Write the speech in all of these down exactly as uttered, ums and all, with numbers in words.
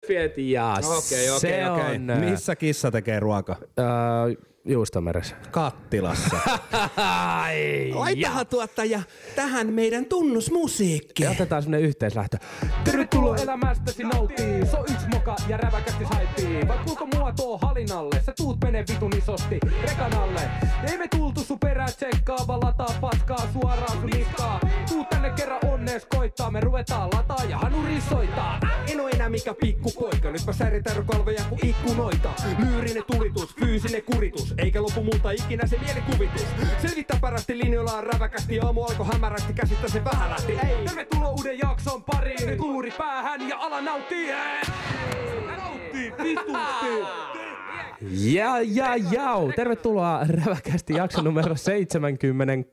Ja Okei, okei, okei. Missä kissa tekee ruoka? Uh, Juustomeressä. Kattilassa. Laitahan tuottaja tähän meidän tunnusmusiikki. Ja otetaan semmonen yhteislähtö. Tervetuloa elämästäsi nauttii. So yks moka ja räväkästi haipii. Vai kuulko mua tuo halinalle? Sä tuut menee vitun isosti rekan alle. Ei me tultu sun perään tsekkaa, vaan lataa paskaa suoraan sun niskaa. Tuu tänne kerran onnees koittaa. Me ruvetaan lataa ja hanuri soittaa. En oo enää mikä pikkupoika. Nyt mä säritän kalveja ku ikkunoita. Lyyrinen tulitus, fyysinen kuritus. Eikä lopu multa ikinä se mielikuvitus. Selvittää parasti linjoilla on räväkästi. Aamu alkoi hämärästi, käsittä se vähän lähti. Ei. Tervetuloa uuden jakson pariin. Nyt luuri päähän ja ala nauttii. Nauttii vitusti. Ja ja jau. Tervetuloa räväkästi jakson numero seitsemänkymmentä.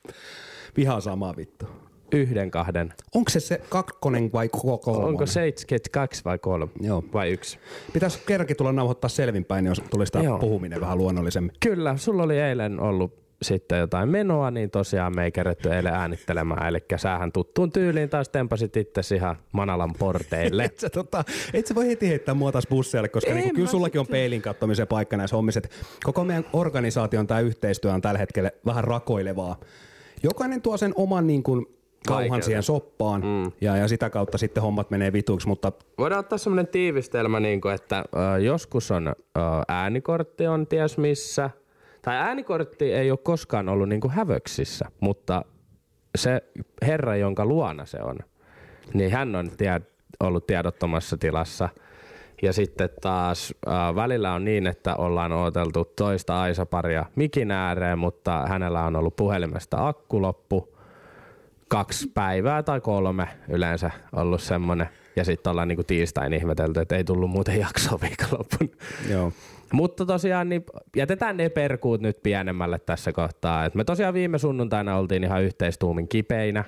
Vihaa samaa vittu. Yhden, kahden. Onko se se kakkonen vai kolmonen? Onko seitsemänkymmentäkaksi vai kolme? Joo. Vai yksi? Pitäisi kerrankin tulla nauhoittaa selvinpäin, jos tulisi tämä Joo. puhuminen vähän luonnollisemmin. Kyllä, sulla oli eilen ollut sitten jotain menoa, niin tosiaan me ei kerätty eilen äänittelemään. Eli sähän tuttuun tyyliin taas tempasit itse ihan Manalan porteille. et, sä, tota, et sä voi heti heittää mua taas busseille, koska niinku, kyllä sullakin on peilin kattomisen paikka näissä hommissa. Koko meidän organisaation tämä yhteistyö on tällä hetkellä vähän rakoilevaa. Jokainen tuo sen oman niin kuin, kauhan siihen soppaan mm. ja, ja sitä kautta sitten hommat menee vituiksi, mutta... Voidaan ottaa semmoinen tiivistelmä, niin kuin, että ö, joskus on ö, äänikortti on ties missä, tai äänikortti ei ole koskaan ollut niin kuin hävöksissä, mutta se herra, jonka luona se on, niin hän on tie, ollut tiedottomassa tilassa. Ja sitten taas äh, välillä on niin, että ollaan odoteltu toista Aisa-paria mikin ääreen, mutta hänellä on ollut puhelimesta akku loppu. Kaksi päivää tai kolme yleensä ollut semmoinen. Ja sitten ollaan niinku tiistain ihmetelty, että ei tullut muuten jaksoa viikonloppuna. Joo. Mutta tosiaan niin jätetään ne perkuut nyt pienemmälle tässä kohtaa. Et me tosiaan viime sunnuntaina oltiin ihan yhteistuumin kipeinä.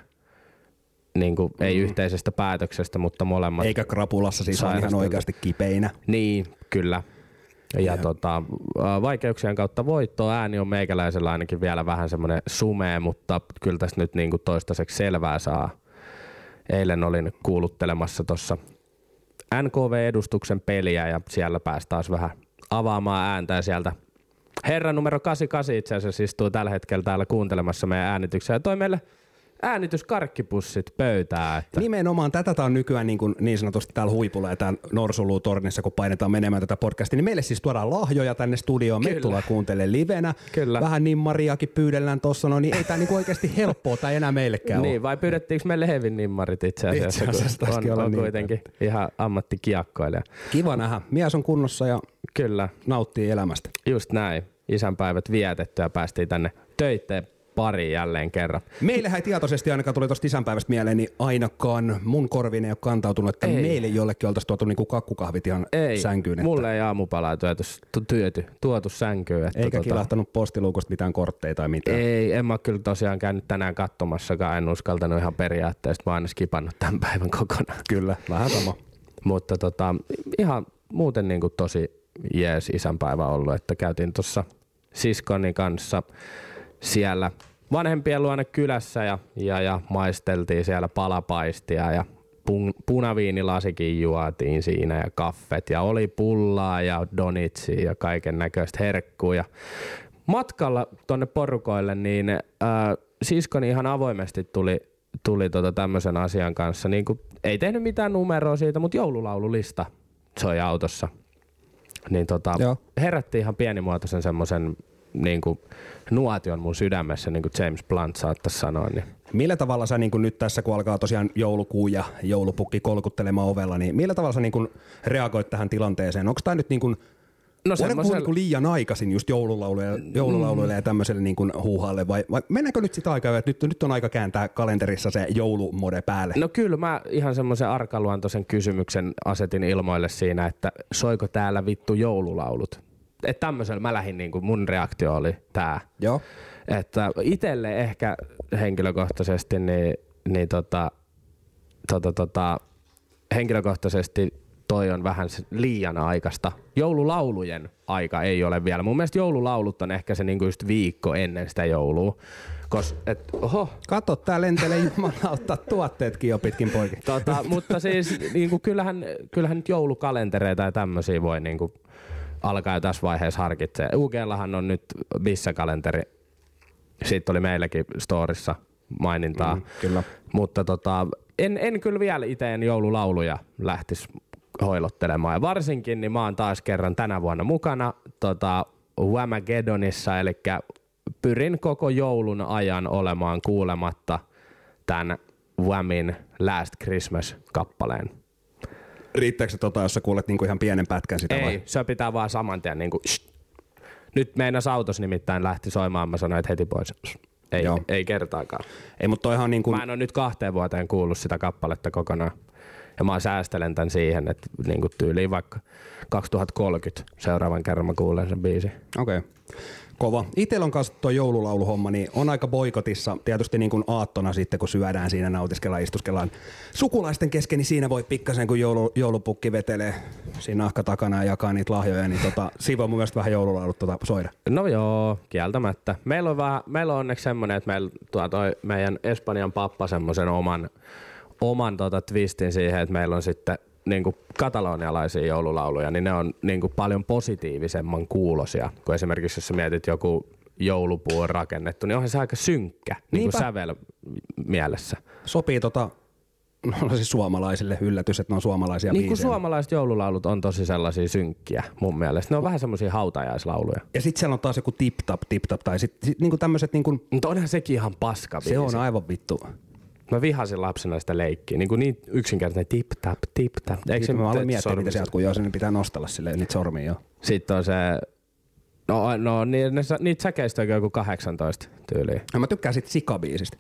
Niin kuin, mm. ei yhteisestä päätöksestä, mutta molemmat. Eikä krapulassa siis on ihan oikeasti kipeinä. Niin, kyllä. Ja, ja tota, vaikeuksien kautta voittoa. Ääni on meikäläisellä ainakin vielä vähän semmoinen sumea, mutta kyllä tässä nyt niin kuin toistaiseksi selvää saa. Eilen olin kuuluttelemassa tuossa N K V-edustuksen peliä ja siellä pääsi taas vähän avaamaan ääntä ja sieltä herra numero kahdeksankymmentäkahdeksan itse asiassa istuu tällä hetkellä täällä kuuntelemassa meidän äänityksiä ja toi meille äänityskarkkipussit pöytää. Että. Nimenomaan tätä tää on nykyään niin, kuin niin sanotusti täällä huipulla ja täällä Norsulutornissa, kun painetaan menemään tätä podcastia, niin meille siis tuodaan lahjoja tänne studioon. Me tullaan kuuntelemaan livenä. Kyllä. Vähän niin Mariakin pyydellään tossa, no niin ei tää niinku oikeasti helppoa tää enää meillekään Niin, ole. vai pyydettiinkö meille hevin nimmarit itse asiassa, itse asiassa kun on, on niin kuitenkin päin. Ihan ammattikiekkoilija. Kiva nähdä. Mies on kunnossa ja kyllä. Nauttii elämästä. Just näin. Isänpäivät vietetty ja päästiin tänne töitteen pari jälleen kerran. Meillähän ei tietoisesti ainakaan tuli tuosta isänpäivästä mieleen, niin ainakaan mun korviin ei ole kantautunut, että ei. Meille jollekin oltaisiin tuotu niinku kakkukahvit ihan ei. Sänkyyn. Että... Mulle ei aamupalaa tuotu, työty, tuotu sänkyyn. Että eikä tota... kilahtanut postiluukosta mitään kortteja tai mitään. Ei, en mä kyllä tosiaan käynyt tänään katsomassakaan, en uskaltanut ihan periaatteesta, mä oon aina skipannut tämän päivän kokonaan. Kyllä, vähän sama. Mutta tota, ihan muuten niinku tosi jees isänpäivä ollut, että käytiin tuossa siskoni kanssa siellä vanhempien luona kylässä ja, ja, ja maisteltiin siellä palapaistia ja pun, punaviinilasikin juotiin siinä ja kaffet ja oli pullaa ja donitsia ja kaiken näköistä herkkua. Matkalla tonne porukoille niin ää, siskoni ihan avoimesti tuli, tuli tota tämmöisen asian kanssa. Niin kuin, ei tehnyt mitään numeroa siitä, mutta joululaululista soi autossa. Niin tota, herätti ihan pienimuotoisen semmoisen niin kuin nuotion mun sydämessä, niin kuin James Blunt saattaisi sanoa. Niin. Millä tavalla sä niin kuin nyt tässä, kun alkaa tosiaan joulukuu ja joulupukki kolkuttelemaan ovella, niin millä tavalla sä niin kuin reagoit tähän tilanteeseen? Onko tämä nyt niin kuin, no semmosel... niin kuin liian aikaisin just joululauluille, joululauluille mm. ja tämmöiselle niin kuin huuhaalle, vai, vai mennäänkö nyt sitä aikaa, että nyt, nyt on aika kääntää kalenterissa se joulumode päälle? No kyllä mä ihan semmoisen arkaluontoisen kysymyksen asetin ilmoille siinä, että soiko täällä vittu joululaulut? Että tämmöisellä mä lähdin, niin kuin mun reaktio oli tää. Joo. Että itselle ehkä henkilökohtaisesti, niin, niin tota, tota, tota, henkilökohtaisesti toi on vähän liian aikaista. Joululaulujen aika ei ole vielä. Mun mielestä joululaulut on ehkä se niinku just viikko ennen sitä joulua. Kos, et, oho. Kato, tää lentelee jumalauta tuotteetkin jo pitkin poikin. Tota, mutta siis niinku, kyllähän, kyllähän nyt joulukalentereita ja tämmösiä voi niinku alkaa jo tässä vaiheessa harkitsemaan. U G:llahan on nyt bissakalenteri. Siitä oli meilläkin storissa mainintaa. Mm, kyllä. Mutta tota, en, en kyllä vielä itse joululauluja lähtisi hoilottelemaan. Ja varsinkin niin mä oon taas kerran tänä vuonna mukana tota, Whamageddonissa, eli pyrin koko joulun ajan olemaan kuulematta tämän Whamin Last Christmas-kappaleen. Riittääkö se tota, jos sä kuulet niinku ihan pienen pätkän sitä? Ei, vai? se pitää vaan saman tien niinku shh. Nyt meinas autos nimittäin lähti soimaan, mä sanoin, että heti pois. Ei, ei kertaakaan. Ei, mutta toihan on niin kuin... Mä en ole nyt kahteen vuoteen kuullut sitä kappaletta kokonaan. Ja mä säästelen tän siihen, että niin kuin tyyliin vaikka kaksituhattakolmekymmentä seuraavan kerran mä kuulen sen biisin. Okei. Okay. Kova. Itellä on kanssa tuo joululauluhomma, niin on aika boikotissa. Tietysti niin kuin aattona sitten, kun syödään siinä, nautiskellaan, istuskellaan sukulaisten kesken, niin siinä voi pikkasen, kun joulu, joulupukki vetelee siinä nahka takana ja jakaa niitä lahjoja, niin tota, siinä voi mun mielestä vähän joululaulut tota, soida. No joo, kieltämättä. Meillä on, vähän, meillä on onneksi semmoinen, että meillä tuo toi meidän Espanjan pappa semmoisen oman, oman tota twistin siihen, että meillä on sitten niinku katalonialaisia joululauluja, niin ne on niinku paljon positiivisemman kuulosia, kuin esimerkiksi jos sä mietit joku joulupuu on rakennettu, niin onhan se aika synkkä niinku sävel mielessä. Sopii tota, no siis suomalaisille yllätys, että ne on suomalaisia niin biisejä. Niin kuin suomalaiset joululaulut on tosi sellaisia synkkiä mun mielestä. Ne on vähän semmoisia hautajaislauluja. Ja sit siellä on taas joku tip-tap, tip-tap tai sit, sit niinku tämmöset niinku... Mutta onhan sekin ihan paska biisi. Se on aivan vittu. Mä vihasin lapsena sitä leikkiä. Niin kuin niin yksinkertainen tip-tap, tip-tap. Eikö se mä aloin miettiä, mitä sieltä, kun joo, sen pitää nostella silleen niitä sormia jo. Sitten on se... No, no niin, ne, niitä säkeistä on joku kahdeksantoista tyyliä. Ja mä tykkään sit Sika-biisistä.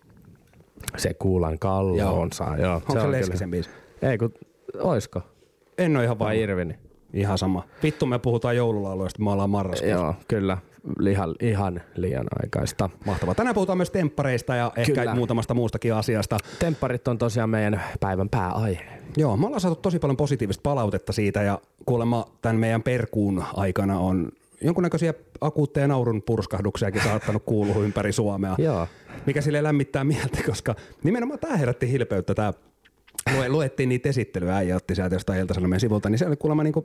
Se kuulan kalloonsa. Joo. Joo. Onko se, se Leskisen biisi? Ei kun, oisko? En oo ihan vai varma. Irvini? Ihan sama. Vittu me puhutaan joululauluista, me ollaan marraskuussa. Joo, kyllä. Ihan, ihan liian aikaista. Mahtavaa. Tänään puhutaan myös temppareista ja ehkä kyllä. muutamasta muustakin asiasta. Tempparit on tosiaan meidän päivän pääaihe. Joo, me ollaan saatu tosi paljon positiivista palautetta siitä ja kuulemma tämän meidän perkuun aikana on jonkunnäköisiä akuutteja naurun purskahduksiakin saattanut kuulua ympäri Suomea. Joo. Mikä sille lämmittää mieltä, koska nimenomaan tämä herätti hilpeyttä. Tää luettiin niitä esittelyä, äijä otti sieltä jostain Ilta-Sanomien sivulta, niin se oli kuulemma niinku...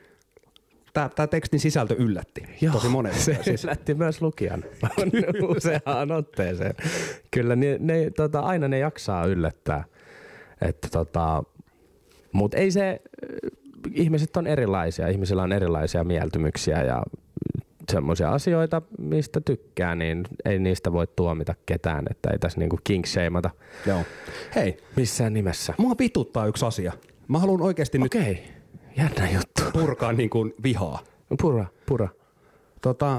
Tämä tekstin sisältö yllätti Joo, tosi monesti. Se siis. yllätti myös lukijan useaan otteeseen. Kyllä ne, ne, tota, aina ne jaksaa yllättää. Että, tota, mutta ei se, ihmiset on erilaisia, ihmisillä on erilaisia mieltymyksiä ja semmoisia asioita, mistä tykkää, niin ei niistä voi tuomita ketään, että ei tässä niinku kinksheimata. Joo. Hei. Missään nimessä. Mua vituttaa yksi asia. Mä haluan oikeasti nyt... Okei. Okay. Jännä juttu. Purkaa niin kuin vihaa. Pura, pura. Tota,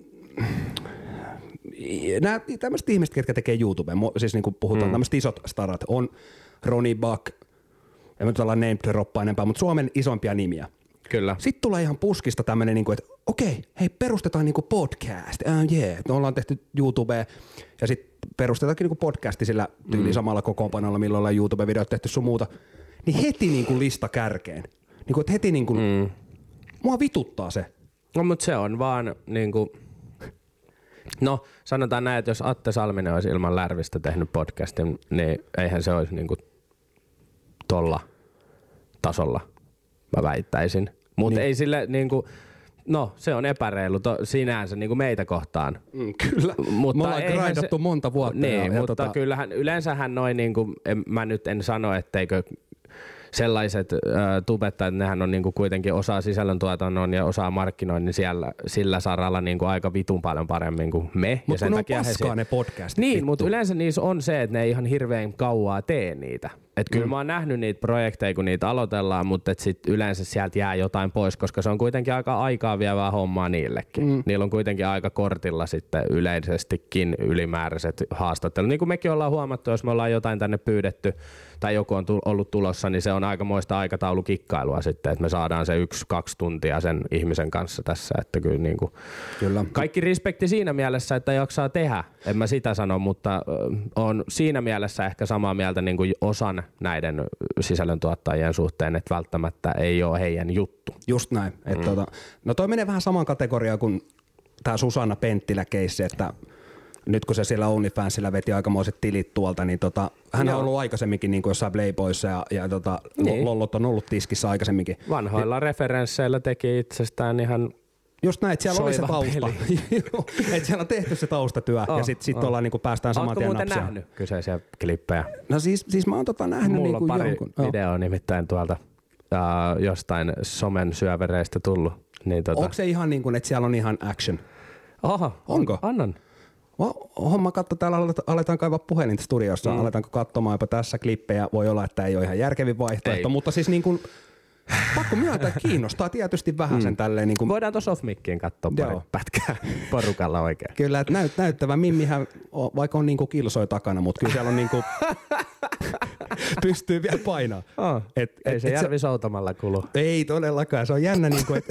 nämä tämmöiset ihmiset, ketkä tekee YouTubea, siis niin kuin puhutaan mm. tämmöiset isot starat, on Ronnie Buck, en nyt olla name droppaa enempää, mutta Suomen isompia nimiä. Kyllä. Sitten tulee ihan puskista tämmöinen, niin kuin, että okei, hei perustetaan niin kuin podcast, uh, yeah. Me ollaan tehty YouTubea ja sitten perustetaankin niin kuin podcasti sillä tyyliin mm. samalla kokoonpanolla, milloin ollaan YouTube-videot tehty sun muuta. Niin heti niin kuin lista kärkeen. Niin kuin, että heti niin kuin, mm. mua vituttaa se. No, mutta se on vaan niin kuin, no sanotaan näin, että jos Atte Salminen olisi ilman Lärvistä tehnyt podcastin, niin eihän se olisi niin kuin tolla tasolla, mä väittäisin. Mutta niin. Ei sille niin kuin, no se on epäreilu to, sinänsä niin kuin meitä kohtaan. Mm, kyllä, mutta me ollaan graidattu se, monta vuotta. Niin, ja, ja mutta tota... kyllähän yleensähän noin, niin kuin, en, mä nyt en sano, etteikö sellaiset äh, tubettajat, nehän on niinku kuitenkin osaa sisällöntuotannon ja osaa markkinoinnin siellä, sillä saralla niinku aika vitun paljon paremmin kuin me. Mutta kun on paskaa he... ne podcastit. Niin, mutta yleensä niissä on se, että ne ei ihan hirveän kauaa tee niitä. Et kyllä mm. mä oon nähnyt niitä projekteja, kun niitä aloitellaan, mutta et sit yleensä sieltä jää jotain pois, koska se on kuitenkin aika aikaa vievää hommaa niillekin. Mm. Niillä on kuitenkin aika kortilla sitten yleisestikin ylimääräiset haastattelut. Niin kuin mekin ollaan huomattu, jos me ollaan jotain tänne pyydetty tai joku on tu- ollut tulossa, niin se on aikamoista aikataulukikkailua sitten, että me saadaan se yksi, kaksi tuntia sen ihmisen kanssa tässä, että kyllä, niin kuin kyllä. Kaikki respekti siinä mielessä, että jaksaa tehdä, en mä sitä sano, mutta on siinä mielessä ehkä samaa mieltä niin kuin osan näiden sisällöntuottajien suhteen, että välttämättä ei ole heidän juttu. Just näin. Mm. Et tota, no toi menee vähän samaan kategoriaan kuin tää Susanna Penttilä-keissi, että nyt kun se siellä OnlyFansilla veti aikamoiset tilit tuolta, niin tota, hän Joo. on ollut aikaisemminkin niin kuin jossain Playboyssa ja, ja tota, niin. lollot on ollut tiskissä aikaisemminkin. Vanhoilla niin, referensseillä teki itsestään ihan just näin, että siellä oli se tausta. Että siellä on tehty se taustatyö oh, ja sitten sit oh. ollaan niinku päästään saman tien napsia. Ootko muuten nähnyt kyseisiä klippejä? No siis, siis mä oon tota nähnyt Mulla niinku on pari jonkun. videoa oh. nimittäin tuolta uh, jostain somen syövereistä tullut. Niin tota... Onko se ihan niin kuin, että siellä on ihan action? Oho, onko? Annan. Homma katso, täällä aletaan kaivaa puhelinta studiossa, mm. aletaanko katsomaan jopa tässä klippejä. Voi olla, että ei ole ihan järkevin vaihtoehto, ei. Mutta siis niin kuin, pakko myöntää, että kiinnostaa tietysti vähän sen mm. tälleen. Niin kuin... Voidaan tuossa off-mickiin katsoa pari pätkää porukalla oikein. Kyllä, että näyt, näyttävä Mimmihän, vaikka on niin kuin kilsoi takana, mutta kyllä siellä on niin kuin pystyy vielä painaa. Oh, et, ei et, se et Järvi Soutamalla kulu. Ei todellakaan, se on jännä, niin kuin, että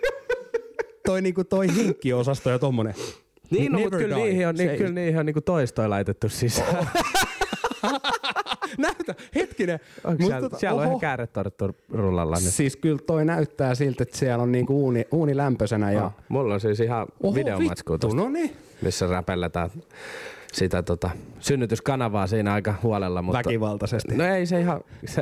toi, niin kuin toi hinkkiosasto ja tommonen. Niin, no, mutta kyllä niihin on, niin, kyllä niihin on niinku toistoja laitettu sisään. Näytä, hetkinen. Onko siellä, tota, siellä on ihan kääretorttu rullalla nyt? Siis kyllä toi näyttää siltä, että siellä on niinku uuni, uuni lämpöisenä. Ja... Oh, mulla on siis ihan videomatsku tosta, no niin. missä räpelletään sitä tota, synnytyskanavaa siinä aika huolella. Mutta... Väkivaltaisesti. No ei se ihan... Se...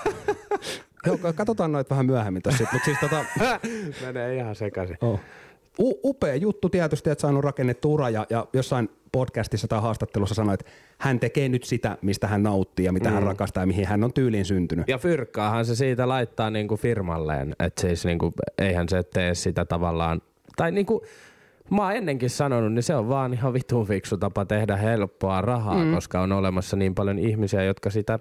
Joo, katsotaan noita vähän myöhemmin tossa. Mutta siis tota... Menee ihan sekaisin. Oh. U- upea juttu tietysti, että saanut rakennettu ura ja, ja jossain podcastissa tai haastattelussa sanoi, että hän tekee nyt sitä, mistä hän nauttii ja mitä mm. hän rakastaa ja mihin hän on tyyliin syntynyt. Ja fyrkkaahan se siitä laittaa niinku firmalleen, että siis niinku, eihän se tee sitä tavallaan, tai niinku mä oon ennenkin sanonut, niin se on vaan ihan vitun fiksu tapa tehdä helppoa rahaa, mm. koska on olemassa niin paljon ihmisiä, jotka sitä,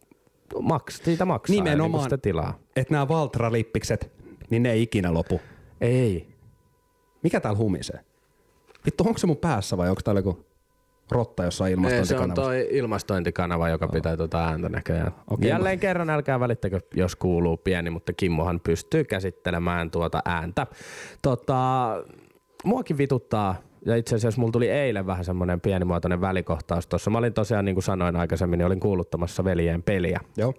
maks, siitä maksaa. Nimenomaan, ja sitä tilaa. Että nämä Valtra-lippikset, niin ne ei ikinä lopu. Ei. Mikä täällä humisee? Vittu, onko se mun päässä vai onko täällä joku rotta jossain ilmastointikanavassa? Se on toi ilmastointikanava, joka oh. pitää tuota ääntä näköjään. Okay. Jälleen kerran älkää välittäkö, jos kuuluu pieni, mutta Kimmohan pystyy käsittelemään tuota ääntä. Tota, muakin vituttaa, ja itse asiassa mulla tuli eilen vähän semmoinen pienimuotoinen välikohtaus tuossa. Mä olin tosiaan, niin kuin sanoin aikaisemmin, niin olin kuuluttamassa Veljeen peliä. Joo.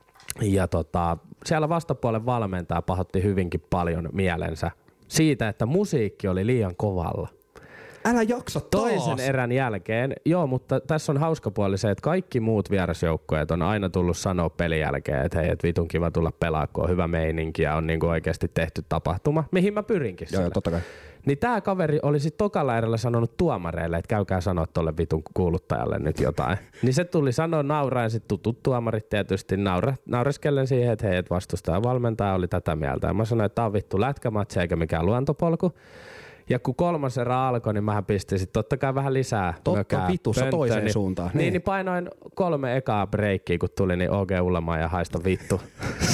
Ja tota, siellä vastapuolen valmentaja pahoitti hyvinkin paljon mielensä siitä, että musiikki oli liian kovalla. Älä jaksa taas. Toisen erän jälkeen, joo, mutta tässä on hauska puoli se, että kaikki muut vierasjoukkueet on aina tullut sanoa pelin jälkeen, että hei, et vitun kiva tulla pelaa, kun on hyvä meininki ja on niinku oikeasti tehty tapahtuma, mihin mä pyrinkin joo, joo, totta kai. Niin tää kaveri oli sit tokalla erällä sanonut tuomareille, että käykää sanoa tolle vitun kuuluttajalle nyt jotain. Niin se tuli sanoa nauraen, sit tutut tuomarit tietysti naura, naureskellen siihen, että hei, et vastustaja valmentaja oli tätä mieltä. Ja mä sanoin, että tää on vittu lätkämatsi eikä mikään luontopolku. Ja kun kolmas erä alkoi, niin mähän pistin sit totta kai vähän lisää Totta vitussa toiseen niin, suuntaan. Niin, niin, niin painoin kolme ekaa breikkiä, kun tuli, niin O G Ullamaa ja haista vittu.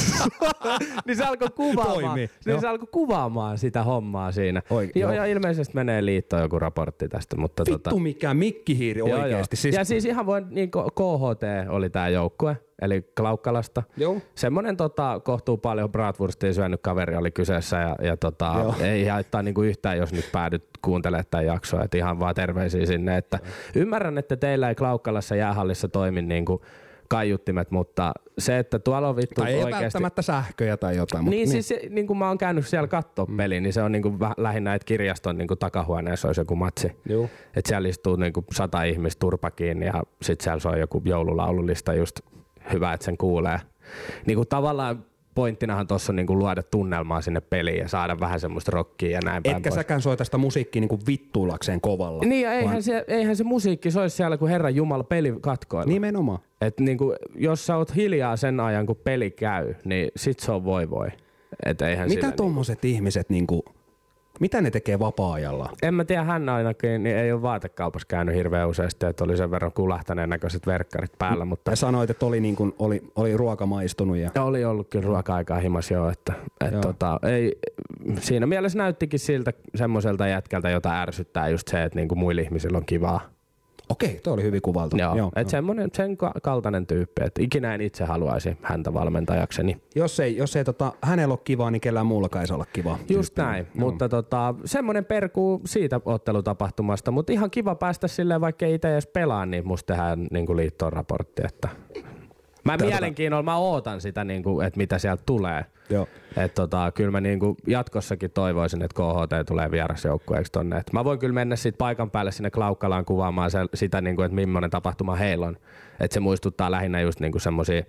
niin se alkoi kuvaamaan, niin se alkoi kuvaamaan sitä hommaa siinä. Oi, jo, ja ilmeisesti menee liittoon joku raportti tästä. Mutta vittu tota, mikä mikkihiiri oikeesti. Joo, joo. Siis... Ja siis ihan voin, niin K H T oli tää joukkue. Eli Klaukkalasta. Joo. Semmonen tota, kohtuu paljon bratwurstia syönyt kaveri oli kyseessä ja, ja tota, ei haittaa niinku yhtään, jos nyt päädyt kuuntelemaan tämän jaksoa. Et ihan vaan terveisiä sinne. Että ymmärrän, että teillä ei Klaukkalassa jäähallissa toimi niinku kaiuttimet, mutta se, että tuolla on vittu tai oikeasti... Tai ei välttämättä sähköjä tai jotain. Niin, mutta siis niin. niin kuin mä oon käynyt siellä kattoo mm. peliin, niin se on niin kuin lähinnä, että kirjaston niin kuin takahuoneessa olisi joku matsi. Että siellä istuu niin kuin sata ihmistä turpa kiinni ja sit siellä soi joku joululaululista just hyvä, että sen kuulee. Niin kuin tavallaan pointtinahan tuossa on niin kuin luoda tunnelmaa sinne peliin ja saada vähän semmoista rockia ja näin päin Etkä pois. säkään soi tästä musiikkia niin kuin vittuillakseen kovalla. Niin ja eihän, vaan... se, eihän se musiikki soisi siellä, kun Herran Jumala peli katkoilla. Nimenomaan. Et niin kuin, jos sä oot hiljaa sen ajan, kun peli käy, niin sit se on voi voi. Et eihän mitä tommoset niin kuin... ihmiset niinku... Mitä ne tekee vapaa-ajalla? En mä tiedä, hän ainakin niin ei ole vaatekaupassa käynyt hirveän useasti, että oli sen verran kulahtaneen näköiset verkkarit päällä. Mutta... Ja sanoit, että oli, niin kuin, oli, oli ruoka maistunut. Ja... ja oli ollut kyllä ruoka-aikaa himas joo. Että, et joo. Tota, ei, siinä mielessä näyttikin siltä semmoiselta jätkältä, jota ärsyttää just se, että niinku muilla ihmisillä on kivaa. Okei, toi oli hyvin kuvaltu. Joo, joo et semmonen, sen kaltainen tyyppi, että ikinä en itse haluaisi häntä valmentajakseni. Jos ei, jos ei tota, hänellä ole kivaa, niin kellään muullakaan ei saa olla kivaa. Just tyyppi. näin, joo. Mutta tota, semmonen perkuu siitä ottelutapahtumasta, mutta ihan kiva päästä silleen, vaikka ei itse edes pelaa, niin musta tehdään niin kuin liittoon raportti, että mä Tätä mielenkiinnolla mä ootan sitä, niin kuin, että mitä sieltä tulee. Joo. Et tota, kyllä mä niin kuin jatkossakin toivoisin, että K H T tulee vierasjoukkueeksi tonne. Et mä voin kyllä mennä sit paikan päälle sinne Klaukkalaan kuvaamaan se, sitä, niin kuin, että millainen tapahtuma heillä on. Et se muistuttaa lähinnä just niin kuin semmosia.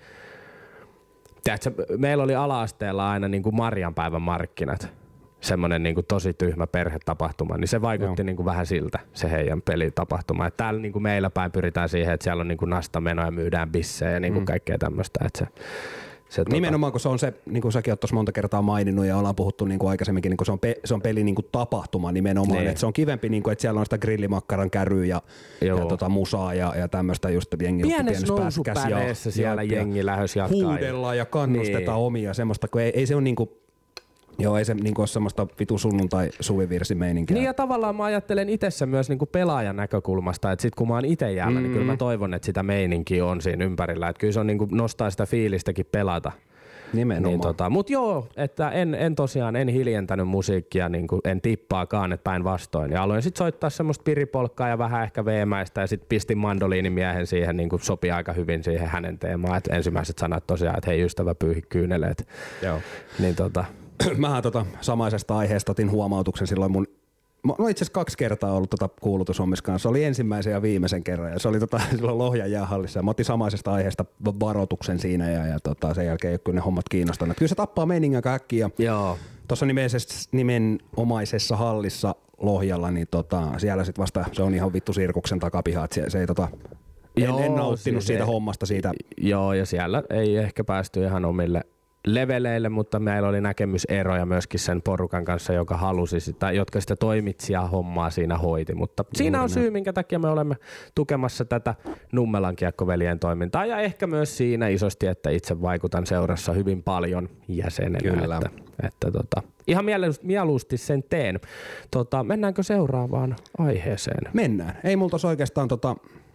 Tiedätkö, meillä oli ala-asteella aina niin kuin Marjanpäivän markkinat. Semmoinen niin kuin tosi tyhmä perhetapahtuma, niin se vaikutti niin kuin vähän siltä, se heidän pelitapahtuma. Et täällä niin kuin meillä päin pyritään siihen, että siellä on niin kuin nastamenoja, myydään bissejä ja niin kuin mm. kaikkea tämmöistä. Se, se, nimenomaan, tota... kun se on se, niin kuin säkin oot tuossa monta kertaa maininnut ja ollaan puhuttu niin kuin aikaisemminkin, niin kuin se on, pe- se on peli niin kuin tapahtuma nimenomaan. Niin. Että se on kivempi, niin kuin, että siellä on sitä grillimakkaran käryä ja, ja tota musaa ja, ja tämmöistä just jengi pienessä nousupäreessä siellä jengi lähes jatkaa. Huudellaan ja kannustetaan niin. omia semmoista, kun ei, ei se ole niin kuin joo, ei se niinku ole semmoista vitu sunnuntai suvivirsimeininkiä. Niin ja tavallaan mä ajattelen itsessä myös niinku pelaajan näkökulmasta, että sit kun mä oon ite jäällä, mm. niin kyllä mä toivon, että sitä meininkiä on siinä ympärillä. Että kyllä se on niinku nostaa sitä fiilistäkin pelata. Nimenomaan. Niin tota, mut joo, että en, en tosiaan, en hiljentänyt musiikkia, niin en tippaakaan, että päinvastoin. Ja aloin sit soittaa semmoista piripolkkaa ja vähän ehkä veemäistä ja sit pistin mandoliinimiehen siihen, niin sopii aika hyvin siihen hänen teemaan. Et ensimmäiset sanat tosiaan, että hei ystävä pyyhi kyyneleet. Joo. Niin tota... Mähän tota samaisesta aiheesta otin huomautuksen silloin mun, mä oon itse asiassa kaksi kertaa ollut tota kuulutushommissa kanssa. Se oli ensimmäisen ja viimeisen kerran ja se oli tota silloin Lohjan jäähallissa. Mä otin samaisesta aiheesta varoituksen siinä ja, ja tota, sen jälkeen ei ole kyllä ne hommat kiinnostanut. Kyllä se tappaa meiningin aika äkkiä. Joo. Tuossa nimenomaisessa hallissa Lohjalla, niin tota, siellä sit vasta se on ihan vittu sirkuksen takapiha, että se, se ei tota... Joo, en, en nauttinut siis siitä ei, hommasta siitä. Joo, ja siellä ei ehkä päästy ihan omille leveleille, mutta meillä oli näkemyseroja myöskin sen porukan kanssa, joka halusi sitä, jotka sitä toimitsija hommaa siinä hoiti, mutta Juuri siinä on ne. syy, minkä takia me olemme tukemassa tätä Nummelan Kiekkoveljen toimintaa ja ehkä myös siinä isosti, että itse vaikutan seurassa hyvin paljon jäsenenä. Kyllä. Että, että tota, ihan mieluusti sen teen. Tota, mennäänkö seuraavaan aiheeseen? Mennään. Ei multa oikeastaan tota...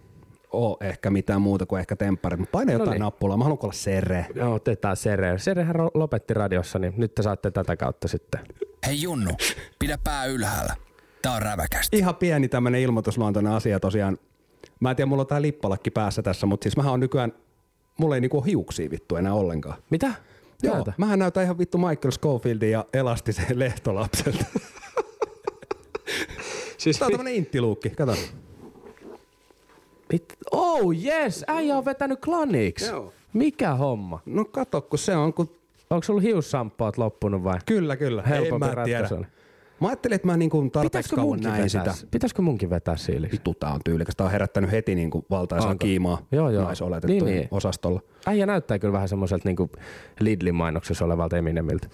oo ehkä mitään muuta kuin ehkä tempparit, mutta paina jotain no niin. nappulaa. Mä haluan olla Sere. Joo, otetaan Sere. Serehän lopetti radiossa, niin nyt te saatte tätä kautta sitten. Hei Junnu, pidä pää ylhäällä. Tää on räväkästä. Ihan pieni tämmönen ilmoitusluontoinen asia tosiaan. Mä en tiedä, mulla on tää lippalakki päässä tässä, mutta siis mähän on nykyään, mulla ei niinku ole hiuksia vittu enää ollenkaan. Mitä? Joo, Näytä. Mähän näytän ihan vittu Michael Schofieldin ja Elastisen lehtolapselta. Siis tää on tämmönen inttiluukki, kato. It, oh yes, äijä on vetänyt klaniksi. Joo. Mikä homma? No kato, kun se on kun... Onko sulla hiussamppaat loppunut vai? Kyllä, kyllä. Helpompi en mä tiedä. Ratkaisu. Mä ajattelin, että mä niinku tarpeeksi kauan näin sitä. Pitäisikö munkin vetää siiliksi? Vittu, tää on tyylikäs. Tää on herättänyt heti niinku valtaisaa Onko? kiimaa joo, joo. naisoletettujen niin, niin. osastolla. Äijä näyttää kyllä vähän semmoiselta niinku Lidlin mainoksessa olevalta Eminemiltä.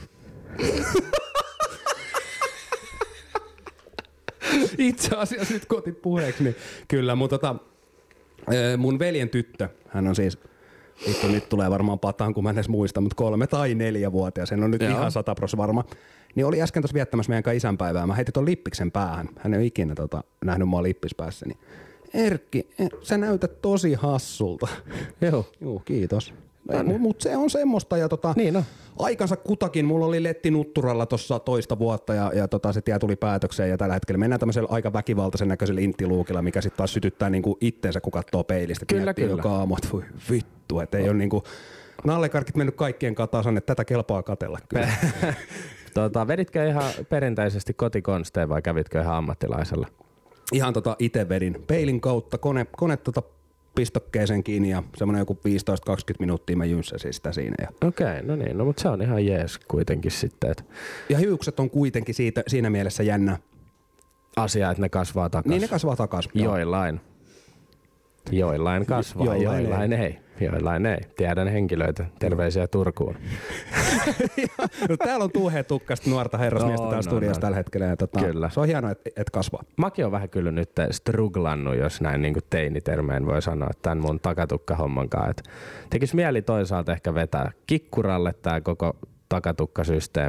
Itse asiassa nyt kotit puheeksi, niin kyllä, mutta tota, mun veljen tyttö, hän on siis, vittu nyt tulee varmaan pataan, kun mä en edes muista, mutta kolme tai neljä vuotta, ja sen on nyt Joo. ihan sata pros varma, niin oli äsken tuossa viettämässä meidän isänpäivää. Mä heitin ton lippiksen päähän. Hän ei ole ikinä tota, nähnyt mua lippispäässä, niin Erkki, sä näytät tosi hassulta. Joo. Joo, kiitos. Mutta se on semmoista ja tota, niin no. aikansa kutakin. Mulla oli Letti Nutturalla tuossa toista vuotta ja, ja tota, se tie tuli päätökseen ja tällä hetkellä mennään tämmöisellä aika väkivaltaisen näköisellä inttiluukilla, mikä sitten taas sytyttää niinku itsensä, kun katsoo peilistä. Kyllä, kyllä. Joka aamu, että voi vittu, että ei ole niinku nallekarkit mennyt kaikkien katasan, että tätä kelpaa katella. tota, veditkö ihan perinteisesti kotikonsteja vai kävitkö ihan ammattilaisella? Ihan tota ite vedin peilin kautta, kone, kone tota pistokkeeseen kiinni ja semmoinen joku viisitoista kaksikymmentä minuuttia mä jynssäsin sitä siinä. Okei, okay, no niin, no mutta se on ihan jees kuitenkin sitten. Et... Ja hiukset on kuitenkin siitä, siinä mielessä jännä asia, että ne kasvaa takas. Niin ne kasvaa takas. Joillain. Joillain kasvaa, joillain, joillain ei. ei. Joillain ei. Tiedän henkilöitä. Terveisiä Turkuun. No, täällä on tuuhea tukkasta nuorta herrasmiestä no, täällä no, studiossa no. tällä hetkellä. Ja tota, kyllä. Se on hienoa, että et kasvaa. Mäkin on vähän kyllä nyt struglannut, jos näin niin kuin teinitermeen voi sanoa, tämän mun takatukkahommankaan. Et tekis mieli toisaalta ehkä vetää kikkuralle tää koko takatukkasysteemi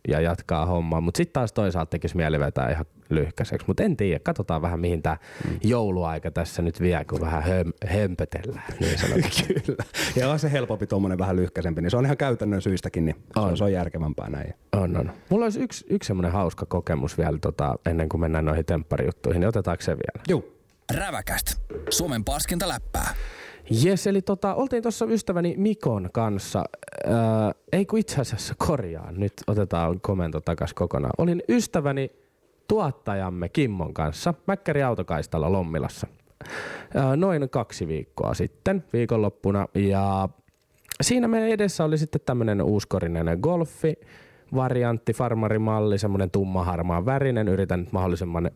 ja jatkaa hommaa, mutta sitten taas toisaalta tekisi mieli vetää ihan lyhkäiseksi, mutta en tiedä, katsotaan vähän mihin tämä mm. jouluaika tässä nyt vie, kun vähän höm, hömpötellään. Niin Kyllä, ja on se helpompi tuommoinen vähän lyhkäisempi, niin se on ihan käytännön syistäkin, niin on. se on järkevämpää näin. On, on. Mulla olisi yksi, yksi semmoinen hauska kokemus vielä tota, ennen kuin mennään noihin tempparijuttuihin, niin otetaanko se vielä? Joo. Räväkästä. Suomen paskinta läppää. Jes, eli tota, oltiin tuossa ystäväni Mikon kanssa, ää, ei kun itse asiassa korjaan, nyt otetaan komento takas kokonaan. Olin ystäväni tuottajamme Kimmon kanssa Mäkkäri autokaistalla Lommilassa ää, noin kaksi viikkoa sitten viikonloppuna ja siinä meidän edessä oli sitten tämmönen uuskorinen golfi, variantti, farmarimalli, semmoinen tummaharmaa värinen, yritän nyt mahdollisimman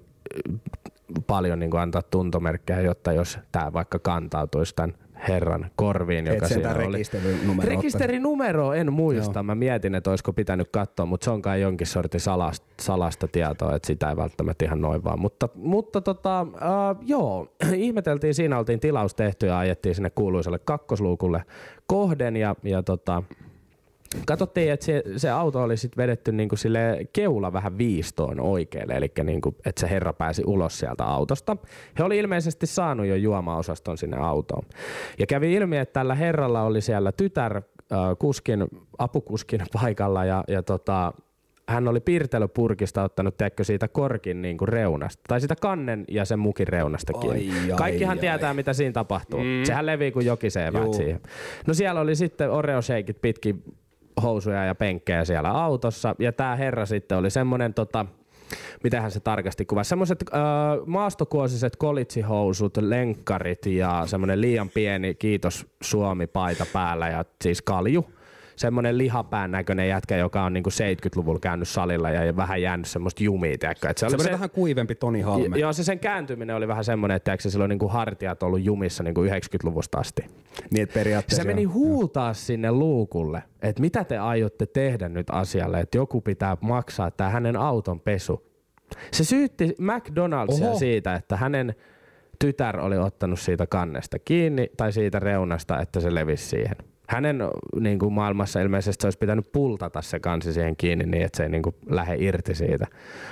paljon niin kuin antaa tuntomerkkejä, jotta jos tää vaikka kantautuisi tämän herran korviin, joka siellä oli. Rekisterinumero, rekisterinumero en muista. Joo. Mä mietin, että olisiko pitänyt katsoa, mutta se on kai jonkin sortin salasta, salasta tietoa, että sitä ei välttämättä ihan noin vaan. Mutta, mutta tota, äh, joo, ihmeteltiin, siinä oltiin tilaus tehty ja ajettiin sinne kuuluisalle kakkosluukulle kohden ja, ja tota, katsottiin, että se, se auto oli sitten vedetty niinku sille keula vähän viistoon oikealle, eli niinku, että se herra pääsi ulos sieltä autosta. He oli ilmeisesti saanut jo juomaosaston sinne autoon. Ja kävi ilmi, että tällä herralla oli siellä tytär äh, kuskin, apukuskin paikalla ja, ja tota, hän oli piirtelöpurkista ottanut tekkö siitä korkin niinku reunasta, tai sitä kannen ja sen mukin reunasta kiinni. Ai, ai, Kaikkihan ai, tietää, ai. mitä siinä tapahtuu. Mm. Sehän levii kuin jokisevät siihen. No siellä oli sitten Oreo-shakeit pitkin housuja ja penkkejä siellä autossa. Ja tää herra sitten oli semmonen tota, mitähän se tarkasti kuvasi, semmoiset äh, maastokuosiset kolitsihousut, lenkkarit ja semmonen liian pieni kiitos Suomi-paita päällä ja siis kalju. Semmoinen lihapään näköinen jätkä, joka on niinku seitsemänkymmentäluvulla käynyt salilla ja vähän jäänyt semmoista jumia. Tiedätkö? Se oli se, vähän kuivempi Toni Halme. Joo, se sen kääntyminen oli vähän semmoinen, että sillä on niinku hartiat ollut jumissa niinku yhdeksänkymmentäluvusta asti. Niin, että periaatteessa se meni huutaa sinne luukulle, että mitä te aiotte tehdä nyt asialle, että joku pitää maksaa tää hänen auton pesu. Se syytti McDonald'sia Oho. siitä, että hänen tytär oli ottanut siitä kannesta kiinni tai siitä reunasta, että se levisi siihen. Hänen niin kuin maailmassa ilmeisesti se olisi pitänyt pultata se kansi siihen kiinni niin, että se ei niin kuin lähde irti siitä.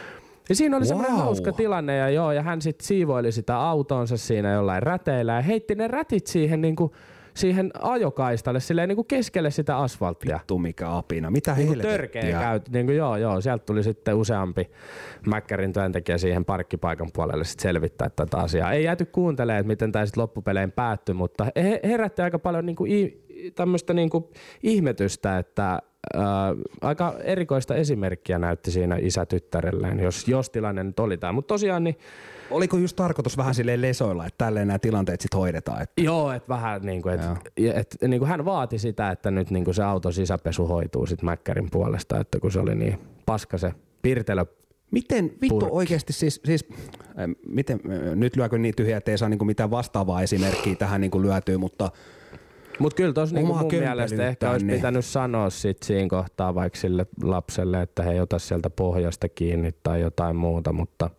Ja siinä oli wow. semmoinen hauska tilanne ja joo, ja hän sitten siivoili sitä autonsa siinä jollain räteillä ja heitti ne rätit siihen niin kuin siihen ajokaistalle silleen niin kuin keskelle sitä asfalttia. Vittu mikä apina, mitä niin helvettiä. Törkeä käyt, niin kuin joo joo, sieltä tuli sitten useampi Mäkkärin työntekijä siihen parkkipaikan puolelle sitten selvittää tätä asiaa. Ei jääty kuuntelemaan, että miten tämä sitten loppupeleen päättyi, mutta he, herätti aika paljon niin kuin i, tämmöistä niin kuin ihmetystä, että Äh, aika erikoista esimerkkiä näytti siinä isä tyttärelleen, jos, jos tilanne nyt oli tämä. Mutta tosiaan niin oliko just tarkoitus vähän silleen lesoilla, että tälleen nämä tilanteet sit hoidetaan? Että joo, että vähän niin kuin, että et, niin kuin hän vaati sitä, että nyt niin kuin se auton sisäpesu hoituu sit Mäkkärin puolesta, että kun se oli niin paska se pirtelö. Miten vittu oikeasti siis, siis äh, miten, äh, nyt lyökö niin tyhjä, että ei saa niinku mitään vastaavaa esimerkkiä tähän niinku lyötyä, mutta Mut kyllä tos niinku mun mielestä ehkä olisi pitänyt sanoa sit siinä kohtaa vaikka sille lapselle, että he ei ota sieltä pohjasta kiinni tai jotain muuta, mutta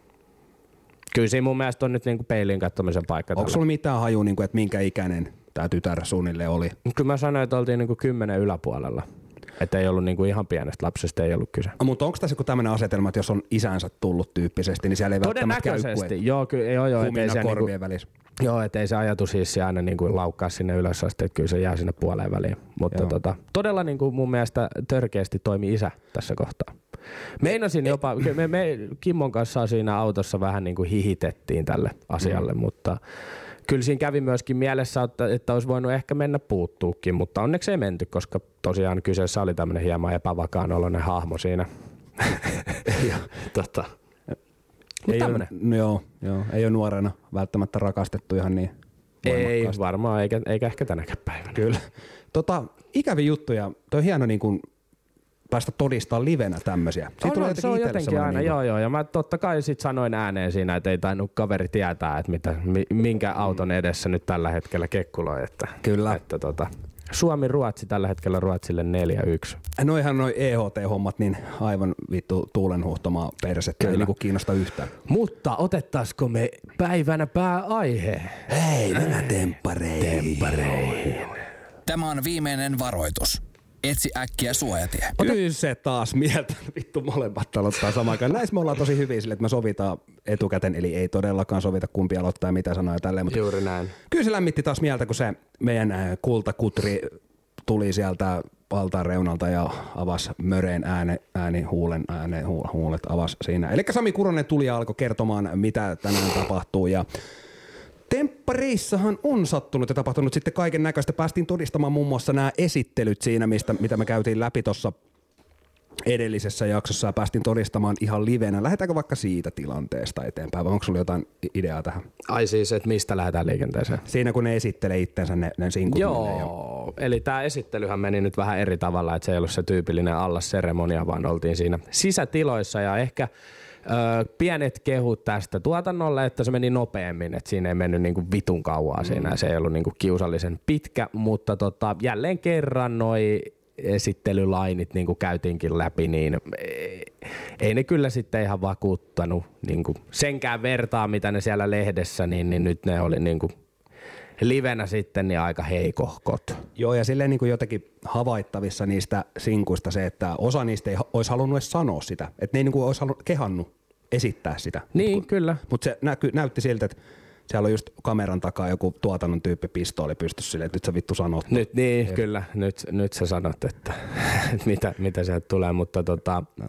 kyllä siinä mun mielestä on nyt niinku peiliin katsomisen paikka. Onko sulla mitään hajua, niinku, että minkä ikäinen tää tytär suunnilleen oli? Kyllä mä sanoin, että oltiin niinku kymmenen yläpuolella. Että ei ollut niinku ihan pienestä lapsesta, ei ollut kyse. No, mutta onko tässä joku tämmöinen asetelma, että jos on isänsä tullut tyyppisesti, niin siellä ei välttämättä käy todennäköisesti, joo, kyllä, joo, joo. Humina korvien niinku välissä. Joo, ettei se ajatus siis aina niin kuin laukkaa sinne ylös asti, että kyllä se jää sinne puoleen väliin. Mutta tota, todella niin kuin mun mielestä törkeästi toimi isä tässä kohtaa. Meinasin jopa, me, me Kimmon kanssa siinä autossa vähän niin kuin hihitettiin tälle asialle, mm. mutta kyllä siinä kävi myöskin mielessä, että, että olisi voinut ehkä mennä puuttuukin, mutta onneksi ei menty, koska tosiaan kyseessä oli tämmöinen hieman epävakaan oloinen hahmo siinä. ja, tota. Ei ole, no joo, joo, ei ole nuorena välttämättä rakastettu ihan niin ei varmaan, eikä, eikä ehkä tänäkään päivänä. Kyllä. Tota, ikäviä juttuja. Toi on hieno niin kuin päästä todistaa livenä tämmöisiä. On, on, se on jotenkin aina, niin joo joo. Ja mä totta kai sit sanoin ääneen siinä, että ei tainnut kaveri tietää, että mitä, minkä auton edessä nyt tällä hetkellä kekkuloi. Että, Kyllä. Että, tota, Suomi-Ruotsi tällä hetkellä Ruotsille neljä yksi. Noihan noi E H T-hommat niin aivan vittu tuulenhuhtomaa persettä. Ei niinku kiinnosta yhtään. Mutta otettaisiko me päivänä pääaihe? Hei, mennään temppareihin. temppareihin. Tämä on viimeinen varoitus. Etsi äkkiä Suojatie. Kyllä se taas mieltä. Vittu molemmat aloittaa samaan aikaan. Näissä me ollaan tosi hyviä sille, että me sovitaan etukäteen, eli ei todellakaan sovita kumpi aloittaa ja mitä sanoa ja tälleen. Mutta juuri näin. Kyllä se lämmitti taas mieltä, kun se meidän kultakutri tuli sieltä altaan reunalta ja avasi möreen ääne, ääni, huulen, ääne, huulet avasi siinä. Eli Sami Kuronen tuli ja alkoi kertomaan, mitä tänään tapahtuu ja temppareissahan on sattunut ja tapahtunut sitten kaiken näköistä. Päästiin todistamaan muun muassa nämä esittelyt siinä, mistä, mitä me käytiin läpi tuossa edellisessä jaksossa ja päästiin todistamaan ihan livenä. Lähdetäänkö vaikka siitä tilanteesta eteenpäin vai onko sulla jotain ideaa tähän? Ai siis, että mistä lähdetään liikenteeseen? Siinä kun ne esittelee itsensä ne, ne sinkut. Joo, eli tämä esittelyhän meni nyt vähän eri tavalla, että se ei ollut se tyypillinen allasseremonia, vaan oltiin siinä sisätiloissa ja ehkä Öö, pienet kehut tästä tuotannolle, että se meni nopeammin, että siinä ei mennyt niinku vitun kauaa mm. siinä, se ei ollut niinku kiusallisen pitkä, mutta tota, jälleen kerran noi esittelylainit niinku käytiinkin läpi, niin ei, ei ne kyllä sitten ihan vakuuttanut niinku senkään vertaa, mitä ne siellä lehdessä, niin, niin nyt ne oli niinku livenä sitten niin aika heikohkot. Joo, ja silleen niin kuin jotenkin havaittavissa niistä sinkuista se, että osa niistä ei olisi halunnut edes sanoa sitä. Että ne ei niin kuin olisi halunnut, kehannut esittää sitä. Niin, Mut, kyllä. Mutta se näky, näytti siltä, että siellä on just kameran takaa joku tuotannon tyyppi pistooli pystyssä silleen, että nyt sä vittu sanot. Nyt niin, ja kyllä. Nyt, nyt sä sanot, että, että mitä, mitä sieltä tulee, mutta tota... No,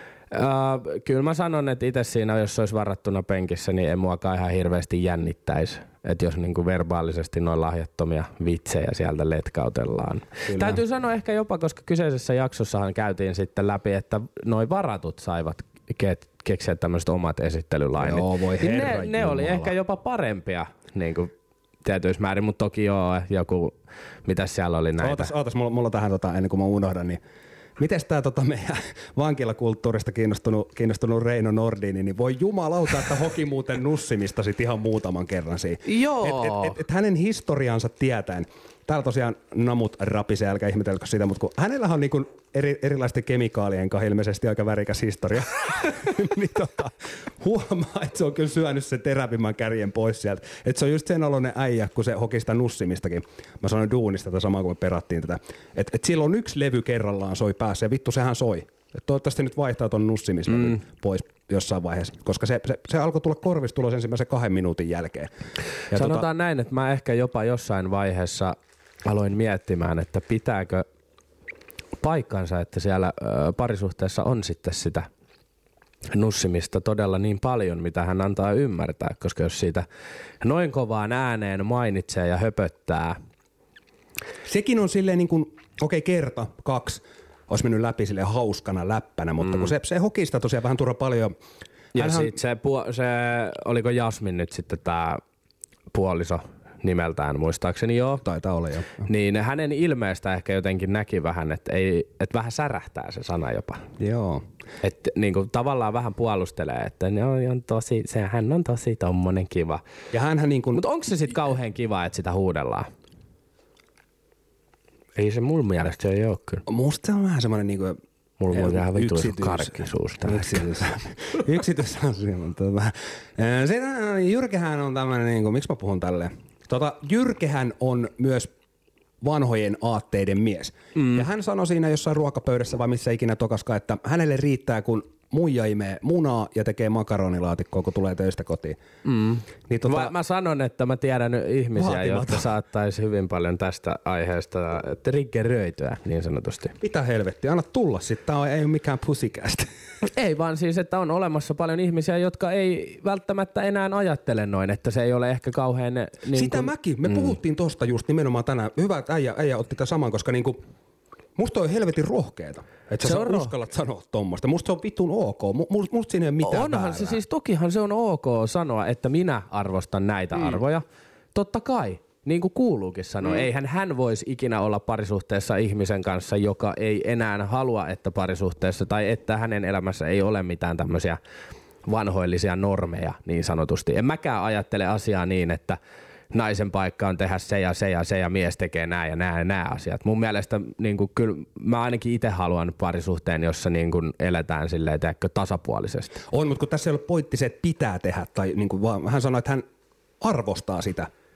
Uh, kyllä mä sanon, että itse siinä, jos se olisi varattuna penkissä, niin ei muakaan ihan hirveästi jännittäisi. Että jos niinku verbaalisesti noin lahjattomia vitsejä sieltä letkautellaan. Kyllä. Täytyy sanoa ehkä jopa, koska kyseisessä jaksossahan käytiin sitten läpi, että noi varatut saivat ke- keksiä tämmöiset omat esittelylainit. Joo, voi niin herra ne, ne oli ehkä jopa parempia niin kuin tietyissä määrin, mutta toki joo, joku, mitäs siellä oli näitä. Ootas, ootas mulla, mulla tähän tota, ennen kuin mä unohdan, niin mites tää tota meidän vankilakulttuurista kiinnostunut, kiinnostunut Reino Nordini, niin voi jumalauta, että hoki muuten nussimista sit ihan muutaman kerran siinä. Joo. Et, et, et, et hänen historiansa tietäen, täällä tosiaan namut rapisee, älkää ihmetelkö sitä, mutta kun hänellähän on niinku eri, erilaisten kemikaalien kanssa ilmeisesti aika värikäs historia, niin tota, huomaa, että se on kyllä syönyt sen terävimmän kärjen pois sieltä. Että se on just sen oloinen äijä, kun se hoki sitä nussimistakin. Mä sanoin duunista tätä samaa, kun me perattiin tätä. Että et silloin yksi levy kerrallaan soi päässä ja vittu sehän soi. Et toivottavasti nyt vaihtaa ton nussimislevyn mm. pois jossain vaiheessa, koska se, se, se alkoi tulla korvistulos ensimmäisen kahden minuutin jälkeen. Ja sanotaan tota, näin, että mä ehkä jopa jossain vaiheessa aloin miettimään, että pitääkö paikkansa, että siellä ö, parisuhteessa on sitten sitä nussimista todella niin paljon, mitä hän antaa ymmärtää, koska jos siitä noin kovaan ääneen mainitsee ja höpöttää. Sekin on silleen niin kuin, okei okay, kerta, kaksi, olisi mennyt läpi silleen hauskana läppänä, mutta mm. kun se, se hoki sitä tosiaan vähän turha paljon. Ja Hänhän... sit se, se, oliko Jasmin nyt sitten tää puoliso nimeltään muistaakseni joo. Taitaa olla jo. Niin hänen ilmeestä ehkä jotenkin näki vähän, että, ei, että vähän särähtää se sana jopa. Joo. Että niin kuin tavallaan vähän puolustelee, että no, on tosi, se, hän on tosi tommonen kiva. Ja hänhän niin kuin... Mutta onko se sitten kauhean kiva, että sitä huudellaan? Ei se mun mielestä se ei ole kyllä. Musta se on vähän semmoinen niin kuin... Mulla on ihan vittu karkkisuusta. Yksityisasia. Tota, Jyrkehän on tämmöinen, niin kuin, miksi mä puhun tälleen? Tota, Jyrkehän on myös vanhojen aatteiden mies. Mm. Ja hän sanoi siinä jossain ruokapöydässä vai missä ikinä tokaskaan, että hänelle riittää, kun muija imee munaa ja tekee makaronilaatikkoa, kun tulee töistä kotiin. Mm. Niin tota, mä, mä sanon, että mä tiedän ihmisiä, vaatimaton, jotka saattaisi hyvin paljon tästä aiheesta triggeröityä niin sanotusti. Mitä helvettiä, anna tulla sitten, tää ei ole mikään pussycast. Ei vaan siis, että on olemassa paljon ihmisiä, jotka ei välttämättä enää ajattele noin, että se ei ole ehkä kauhean... Niin sitä kun... mäkin, me mm. puhuttiin tosta just nimenomaan tänään. Hyvä, että äijä, äijä otti tämän saman, koska niinku... Musta on helvetin rohkeeta, että sä uskallat sanoa tommoista. Musta se on vitun ok. Musta, musta siinä ei ole mitään Onhan väärää. se siis, tokihan se on ok sanoa, että minä arvostan näitä mm. arvoja. Totta kai, niin kuin kuuluukin sanoa. Mm. Eihän hän voisi ikinä olla parisuhteessa ihmisen kanssa, joka ei enää halua, että parisuhteessa tai että hänen elämässä ei ole mitään tämmöisiä vanhoillisia normeja niin sanotusti. En mäkään ajattele asiaa niin, että naisen paikka on tehdä se ja se ja se ja mies tekee nämä ja nämä ja nämä asiat. Mun mielestä niin kuin, kyllä mä ainakin itse haluan parisuhteen, jossa niin kuin, eletään silleen teekö, tasapuolisesti. On, mutta kun tässä ei ole pointti se, että pitää tehdä. Tai niin kuin, vaan hän sanoi, että hän arvostaa sitä,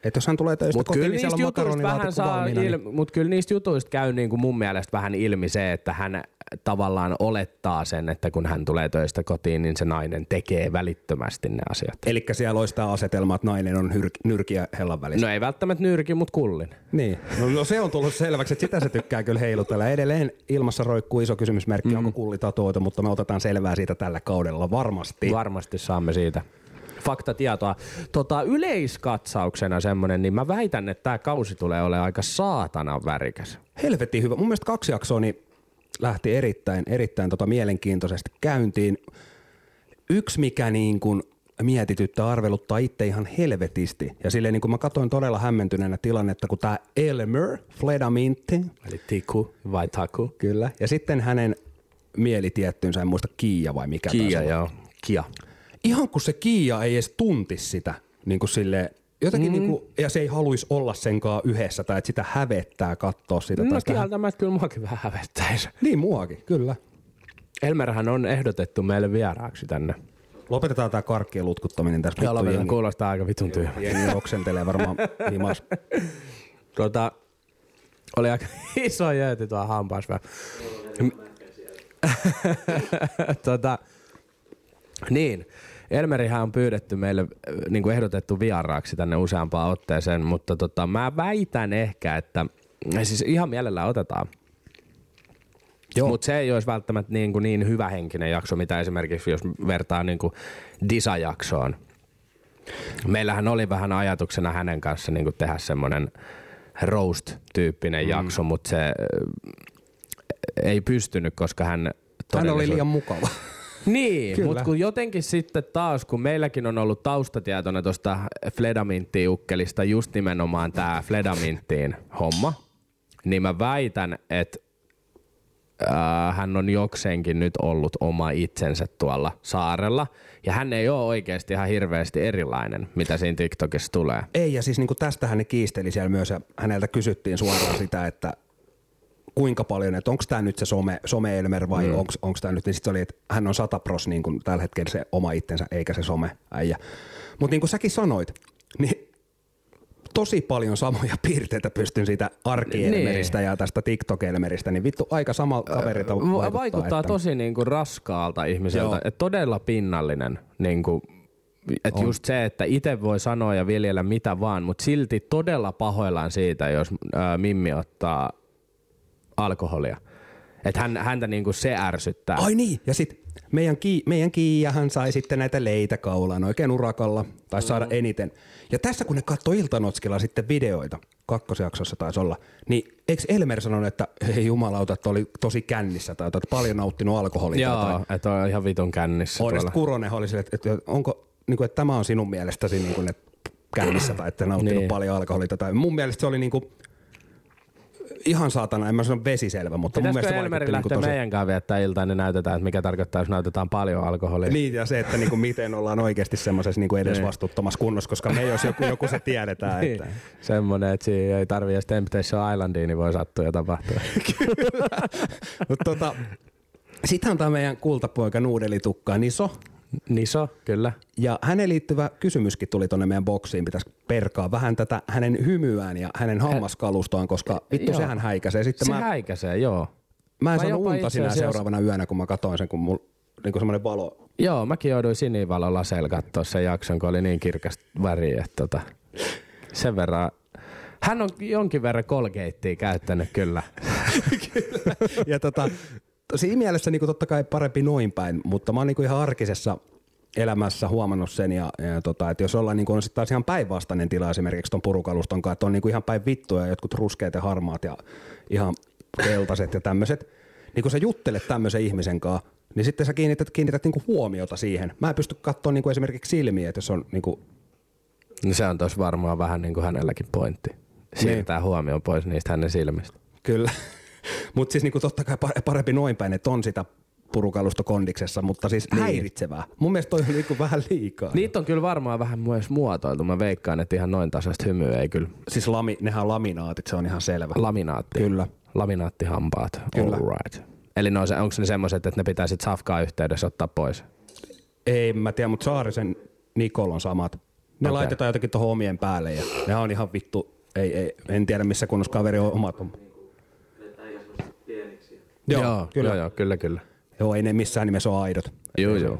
Että jos hän tulee töistä mut kotiin, niin siellä on makaronilaatikko valmiina. Il- niin... Mutta kyllä niistä jutuista käy niinku mun mielestä vähän ilmi se, että hän tavallaan olettaa sen, että kun hän tulee töistä kotiin, niin se nainen tekee välittömästi ne asiat. Elikkä siellä olisi tämä asetelma, että nainen on hyr- nyrki ja hellan välissä. No ei välttämättä nyrki, mutta kullin. Niin, no, no se on tullut selväksi, että sitä se tykkää kyllä heilutella. Edelleen ilmassa roikkuu iso kysymysmerkki, mm. onko kulli tatuoitu, mutta me otetaan selvää siitä tällä kaudella varmasti. Varmasti saamme siitä faktatietoa. Tota, yleiskatsauksena semmonen, niin mä väitän, että tää kausi tulee olemaan aika saatanan värikäs. Helvetin hyvä. Mun mielestä kaksi jaksoa niin lähti erittäin, erittäin tota mielenkiintoisesti käyntiin. Yksi, mikä niin kuin mietityttää, arveluttaa itse ihan helvetisti. Ja silleen niin kuin mä katsoin todella hämmentyneenä tilannetta, kun tää Elmer Fledamintti. Eli Tiku vai Taku. Kyllä. Ja sitten hänen mielitiettynsä, en muista Kiia vai mikä. Kiia, joo. Kia. Ihan kun se Kiia ei edes tuntisi sitä, niin kuin silleen, jotenkin mm. niin kuin, ja se ei haluaisi olla senkaan yhdessä, tai että sitä hävettää katsoa sitä. No kieltämättä kyllä muakin vähän hävettäisi. Niin muakin, kyllä. Elmerhän on ehdotettu meille vieraaksi tänne. Lopetetaan tää karkkien lutkuttaminen tässä. Joo, lopetetaan. Kuulostaa aika vitun tyhjä. Jengi oksentelee varmaan himas. Tota, oli aika iso jööti tuo hampaasvä. tota, niin. Elmerihän on pyydetty meille niin kuin ehdotettu vieraaksi tänne useampaan otteeseen, mutta tota, mä väitän ehkä, että siis ihan mielellään otetaan. Mutta se ei olisi välttämättä niin, kuin niin hyvähenkinen jakso, mitä esimerkiksi jos vertaa niin kuin Disa-jaksoon. Meillähän oli vähän ajatuksena hänen kanssa niin kuin tehdä semmoinen roast-tyyppinen mm. jakso, mutta se ei pystynyt, koska hän Hän oli liian mukava. Niin, mutta kun jotenkin sitten taas, kun meilläkin on ollut taustatietona tuosta Fledaminttiin-ukkelista just nimenomaan tää Fledaminttiin homma, niin mä väitän, että äh, hän on jokseenkin nyt ollut oma itsensä tuolla saarella. Ja hän ei ole oikeasti ihan hirveästi erilainen, mitä siinä TikTokissa tulee. Ei, ja siis niinku tästähän ne kiisteli siellä myös, ja häneltä kysyttiin suoraan sitä, että kuinka paljon, että onko tämä nyt se some, some-Elmer vai mm. onko tämä nyt, niin sitten oli, että hän on sata pros niin kuin tällä hetkellä se oma itsensä, eikä se some-äijä. Mutta niin kuin säkin sanoit, niin tosi paljon samoja piirteitä pystyn siitä arki-Elmeristä niin. ja tästä TikTok-Elmeristä, niin vittu aika samalta kaverilta vaikuttaa. Vaikuttaa että tosi niin kuin raskaalta ihmiseltä, että todella pinnallinen, niin kuin, että just se, että itse voi sanoa ja viljellä mitä vaan, mutta silti todella pahoillaan siitä, jos ää, Mimmi ottaa alkoholia. Että hän, häntä niinku se ärsyttää. Ai niin, ja sit meidän, ki, meidän Kiiahan sai sitten näitä leitäkaulaan oikein urakalla, tai saada mm. eniten. Ja tässä kun ne katsoo Iltanotskilla sitten videoita, kakkosjaksossa taisi olla, niin eikö Elmer sanonut, että hei jumalauta, että oli tosi kännissä tai että paljon nauttinut alkoholia? Joo, että on ihan vitun kännissä on, tuolla. Kuronen oli sille, että, että, onko, niin kuin, että tämä on sinun mielestäsi niin kuin, että kännissä tai että nauttinut niin. paljon alkoholia. Tai mun mielestä se oli niin kuin ihan saatana, en mä sano vesiselvä, mutta pitäisikö mun mielestä Elmeri lähteä niin tosi meidän kanssa viettää iltaan, niin näytetään, että mikä tarkoittaa, jos näytetään paljon alkoholia. Niin, ja se, että niinku miten ollaan oikeasti semmoisessa niinku edesvastuuttomassa kunnossa, koska me jos joku, joku se tiedetään. Niin. Että Semmoinen, että siinä ei tarvitse edes Temptation Islandiin, niin voi sattua ja tapahtua. Kyllä. Mutta tota, sitten on tämä meidän kultapoika Nuudelitukka Niso. Niso, kyllä. Ja hänen liittyvä kysymyskin tuli tonne meidän boksiin, pitäisi perkaa vähän tätä hänen hymyään ja hänen hammaskalustoaan, koska vittu joo. sehän häikäisee. Sitten se mä, häikäisee, joo. Mä en Mä saanut jopa unta sinä itse asiassa- seuraavana yönä, kun mä katsoin sen, kun mulla niinku semmoinen valo. Joo, mäkin jouduin sinivalolasella katsoa sen jakson, kun oli niin kirkas väri, että tota, sen verran. Hän on jonkin verran Colgatea käyttänyt kyllä. Kyllä. Ja tota, siinä mielessä niin totta kai parempi noin päin, mutta mä oon niin ihan arkisessa elämässä huomannut sen, ja, ja tota, että jos ollaan niin on sitten taas ihan päinvastainen tila esimerkiksi ton purukaluston kanssa, että on niin ihan päin vittua ja jotkut ruskeat ja harmaat ja ihan keltaiset ja tämmöiset, niin kun sä juttelet tämmöisen ihmisen kanssa, niin sitten sä kiinnität, kiinnität niin huomiota siihen. Mä en pysty katsoa niin esimerkiksi silmiä, että jos on niin kuin No se on tos varmaan vähän niin kuin hänelläkin pointti. Siirtää niin huomioon pois niistä hänen silmistä. Kyllä. Mutta siis niinku totta kai parempi noin päin, että on sitä purukalustokondiksessa, mutta siis niin häiritsevää. Mun mielestä toi on niinku vähän liikaa. Niitä on kyllä varmaan vähän myös muotoiltu. Mä veikkaan, että ihan noin tasaista hymyä ei kyllä. Siis lami, nehän on laminaatit, se on ihan selvä. Laminaatti. Kyllä. Laminaattihampaat. Kyllä. All right. Eli no, onko ne semmoiset, että ne pitää sit safkaa yhteydessä ottaa pois? Ei, mä tiedän, mutta Saarisen Nikol on samat. Ne okay. laitetaan jotenkin tuohon omien päälle ja ne on ihan vittu, ei, ei, en tiedä missä kunnossa kaveri on omat. Joo, joo, kyllä. Joo, joo, kyllä, kyllä. Joo, ei ne missään nimessä ole aidot. Joo, joo.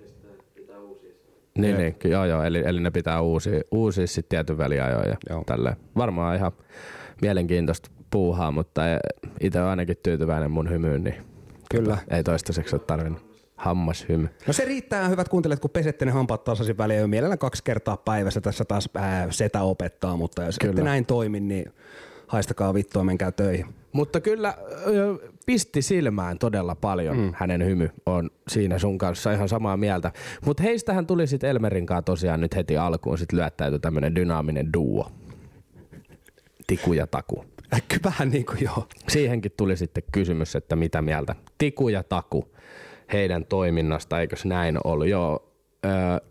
Niin, niin, joo, joo, eli, eli ne pitää uusia, uusia sitten tietyn väliajoin ja joo. Tälleen. Varmaan ihan mielenkiintoista puuhaa, mutta itse olen ainakin tyytyväinen mun hymyyn, niin kyllä. Ei toistaiseksi ole tarvinnut hammashymy. No se riittää, hyvät kuuntelijat, kun pesette ne hampaat tasaisin väliin jo mielellään kaksi kertaa päivässä. Tässä taas ää, setä opettaa, mutta jos kyllä. Ette näin toimi, niin haistakaa vittua, menkää töihin. Mutta kyllä pisti silmään todella paljon mm. hänen hymy. On siinä sun kanssa ihan samaa mieltä. Mutta heistähän tuli sitten Elmerin kanssa tosiaan nyt heti alkuun sit lyöttäytyi tämmönen dynaaminen duo. Tiku ja Taku. Äkky vähän niin kuin joo. Siihenkin tuli sitten kysymys, että mitä mieltä Tiku ja Taku heidän toiminnasta, eikös näin ollut? Joo. Öö,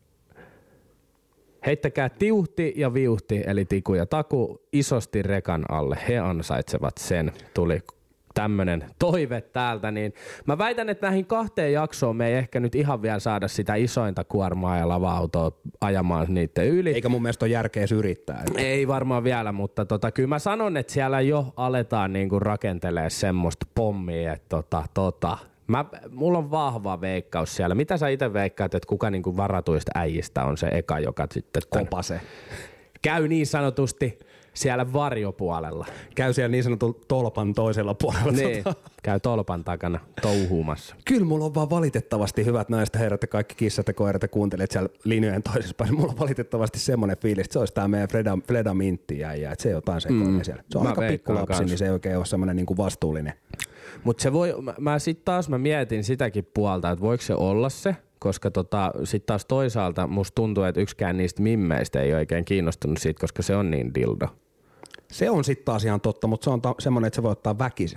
heittäkää tiuhti ja viuhti, eli Tiku ja Taku, isosti rekan alle. He ansaitsevat sen. Tuli tämmönen toive täältä. Niin mä väitän, että näihin kahteen jaksoon me ei ehkä nyt ihan vielä saada sitä isointa kuormaa ja lava-autoa ajamaan niiden yli. Eikä mun mielestä ole järkeä yrittää. Että. Ei varmaan vielä, mutta tota, kyllä mä sanon, että siellä jo aletaan niinku rakentelee semmoista pommia, että tota, tota. Mä, mulla on vahva veikkaus siellä. Mitä sä itse veikkaat, että kuka niinku varatuista äijistä on se eka, joka sitten Kopase. Käy niin sanotusti siellä varjopuolella. Käy siellä niin sanotun tolpan toisella puolella. Niin, käy tolpan takana touhuumassa. Kyllä mulla on vaan valitettavasti, hyvät naiset, herrat ja kaikki kissat ja koirat ja kuuntelijat siellä linjojen toisessa päässä. Mulla on valitettavasti semmoinen fiilis, että se olisi tää meidän Freda, Freda Mintti jäijä, että se jotain sekoilee mm. siellä. Se on mä aika pikkulapsi, niin se ei oikein ole semmoinen niinku vastuullinen. Mutta se voi, mä, mä sit taas mä mietin sitäkin puolta, että voiko se olla se, koska tota, sit taas toisaalta musta tuntuu, että yksikään niistä mimmeistä ei oikein kiinnostunut siitä, koska se on niin dildo. Se on sit taas ihan totta, mutta se on ta- semmoinen, että se voi ottaa väkisin.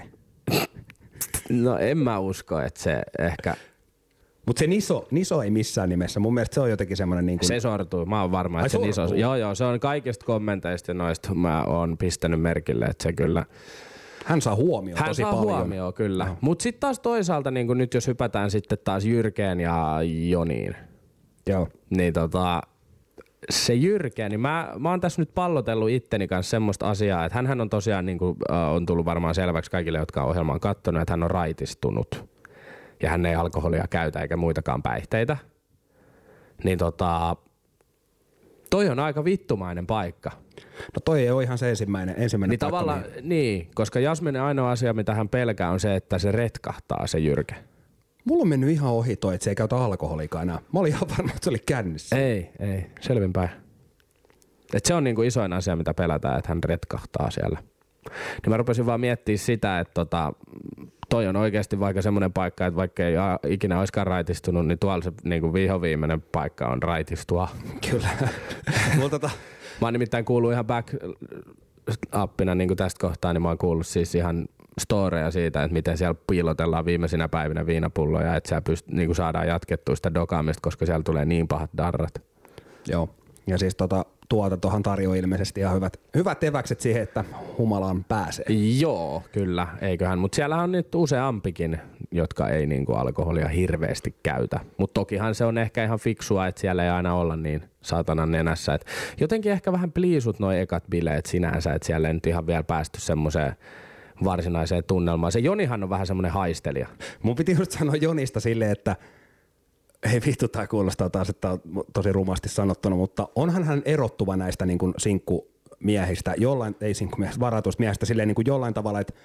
No en mä usko, että se ehkä. Mutta se niso, niso ei missään nimessä. Mun mielestä se on jotenkin semmoinen niin kuin. Se sortuu. Mä oon varma, että se niso. Joo, joo, se on kaikista kommenteista noista. Mä oon pistänyt merkille, että se kyllä. Hän saa huomioon Hän tosi saa paljon. huomioon, kyllä. No. Mut sit taas toisaalta, niin kun nyt jos hypätään sitten taas Jyrkeen ja Joniin. Joo. Niin tota, se Jyrke, niin mä, mä oon tässä nyt pallotellut itteni kanssa semmoista asiaa, että hänhän on tosiaan, niin kuin äh, on tullut varmaan selväksi kaikille, jotka on ohjelmaan kattonut, että hän on raitistunut. Ja hän ei alkoholia käytä eikä muitakaan päihteitä. Niin tota, toi on aika vittumainen paikka. No toi ei ole ihan se ensimmäinen, ensimmäinen niin paikka. Tavallaan, niin. niin, koska Jasminen ainoa asia, mitä hän pelkää, on se, että se retkahtaa se Jyrke. Mulla on mennyt ihan ohi toi, että se ei käytä alkoholikaan enää. Mä olin ihan varma, että se oli kännissä. Ei, ei, selvinpäin. Et se on niinku isoin asia, mitä pelätään, että hän retkahtaa siellä. Niin mä rupesin vaan miettimään sitä, että tota, toi on oikeasti vaikka semmoinen paikka, että vaikka ei ikinä olisikaan raitistunut, niin tuolla se niinku vihoviimeinen paikka on raitistua. Kyllä. tota... Mä oon nimittäin kuullut ihan back-appina niin tästä kohtaa, niin mä oon kuullut siis ihan storeja siitä, että miten siellä piilotellaan viimeisinä päivinä viinapulloja, että siellä pyst- niin saadaan jatkettua sitä dokaamista, koska siellä tulee niin pahat darrat. Joo. Ja siis tota, tuotantohan tarjoaa ilmeisesti ihan hyvät, hyvät eväkset siihen, että humalaan pääsee. Joo, kyllä, eiköhän. Mutta siellä on nyt useampikin, jotka ei niinku alkoholia hirveästi käytä. Mutta tokihan se on ehkä ihan fiksua, että siellä ei aina olla niin saatanan nenässä. Et jotenkin ehkä vähän pliisut noi ekat bileet sinänsä, että siellä ei nyt ihan vielä päästy semmoiseen varsinaiseen tunnelmaan. Se Jonihan on vähän semmoinen haistelija. Mun piti just sanoa Jonista silleen, että ei vittu, tää kuulostaa taas, että on tosi rumasti sanottuna, mutta onhan hän erottuva näistä niin kuin sinkkumumiehistä, jollain, ei sinkkumiehistä, varatuista miehistä, silleen niin kuin jollain tavalla, että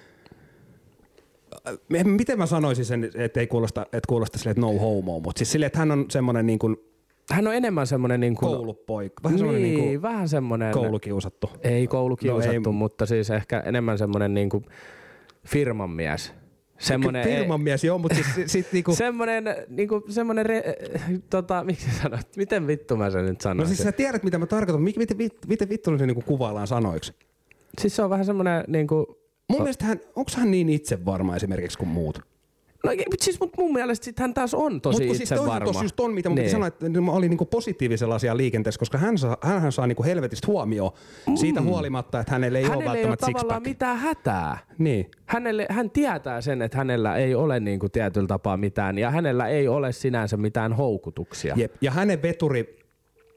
miten mä sanoisin sen, että ei kuulosta, että kuulosta silleen, että no homo, mutta siis silleen, että hän on semmoinen niin kuin hän on enemmän semmoinen niin kuin koulupoika, vähän niin, semmoinen niin kuin vähän semmoinen koulukiusattu. Ei koulukiusattu, no, ei, mutta siis ehkä enemmän semmoinen niin kuin firman mies. Semmoinen firman mies, joo, mutta siis sit niinku semmoinen niinku semmoinen re, tota miksi sanot? Miten vittu mä sen nyt sanoisin? No siis sä tiedät mitä mä tarkoitan, miten miten, miten vittu se niinku kuvaillaan sanoiksi? Siis se on vähän semmoinen niinku mun mielestä hän onko hän niin itsevarma esimerkiksi kuin muut? No siis mut mun mielestä sit hän taas on tosi mut, itsevarma. Mutta siis tosi just on, mitä mun niin. piti sanoa, että mä olin niinku positiivisella asialla liikenteessä, koska hän saa, hänhän saa niinku helvetistä huomioon mm. siitä huolimatta, että hänellä ei hänellä ole välttämättä sixpack. Hänellä ei ole mitään hätää. Niin. Hänelle, hän tietää sen, että hänellä ei ole niinku tietyllä tapaa mitään ja hänellä ei ole sinänsä mitään houkutuksia. Jep. Ja hänen veturi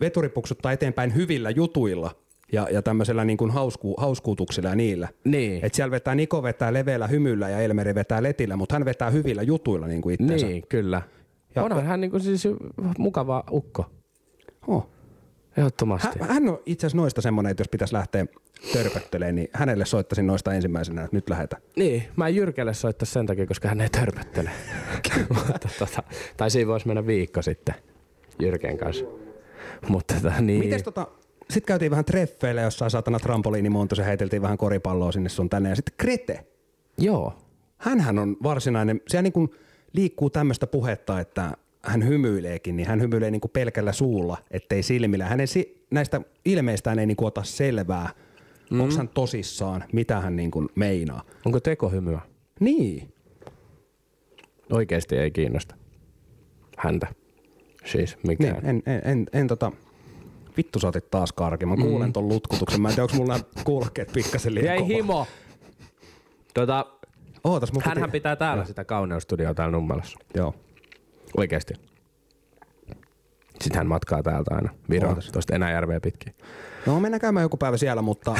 veturipuksuttaa eteenpäin hyvillä jutuilla ja, ja tämmöisellä niin kuin hausku, hauskuutuksilla ja niillä. Niin. Että siellä vetää Niko vetää leveällä hymyllä ja Elmeri vetää letillä, mutta hän vetää hyvillä jutuilla niin kuin itseensä. Niin, kyllä. Ja onhan hän niin kuin siis mukava ukko. Oh. Ehdottomasti. Hän, hän on itse asiassa noista semmoinen, että jos pitäisi lähteä törpöttelemään, niin hänelle soittaisin noista ensimmäisenä, että nyt lähdetään. Niin, mä en Jyrkelle soittaisi sen takia, koska hän ei törpöttele. Mutta, tota, tai siinä voisi mennä viikko sitten Jyrken kanssa. Mutta, tota, niin. Mites tota, sit käytiin vähän treffeillä jossain saatana trampoliinimontossa, heiteltiin vähän koripalloa sinne sun tänne ja sitten Grete. Joo. Hänhän on varsinainen, siellä niin kuin liikkuu tämmöistä puhetta, että hän hymyileekin, niin hän hymyilee niin kuin pelkällä suulla, ettei silmillä. Hänen si- näistä ilmeistään ei niin kuin ota selvää, mm. onko hän tosissaan, mitä hän niin kuin meinaa. Onko tekohymyä? Niin. Oikeesti ei kiinnosta häntä. Siis mikään. Niin, en, en, en, en tota, vittu sä otit taas karki. Mä kuulen mm. ton lutkutuksen. Mä en tiedä, onko mulla kuulokkeet pikkasen liian Jäi kova. himo! Tota, Ootas, hänhän piti... pitää täällä ja. sitä kauneustudioa täällä Nummelassa. Joo. Oikeesti. Sitten hän matkaa täältä aina Viroon, tuosta Enäjärveä pitkin. No mennään käymään joku päivä siellä, mutta...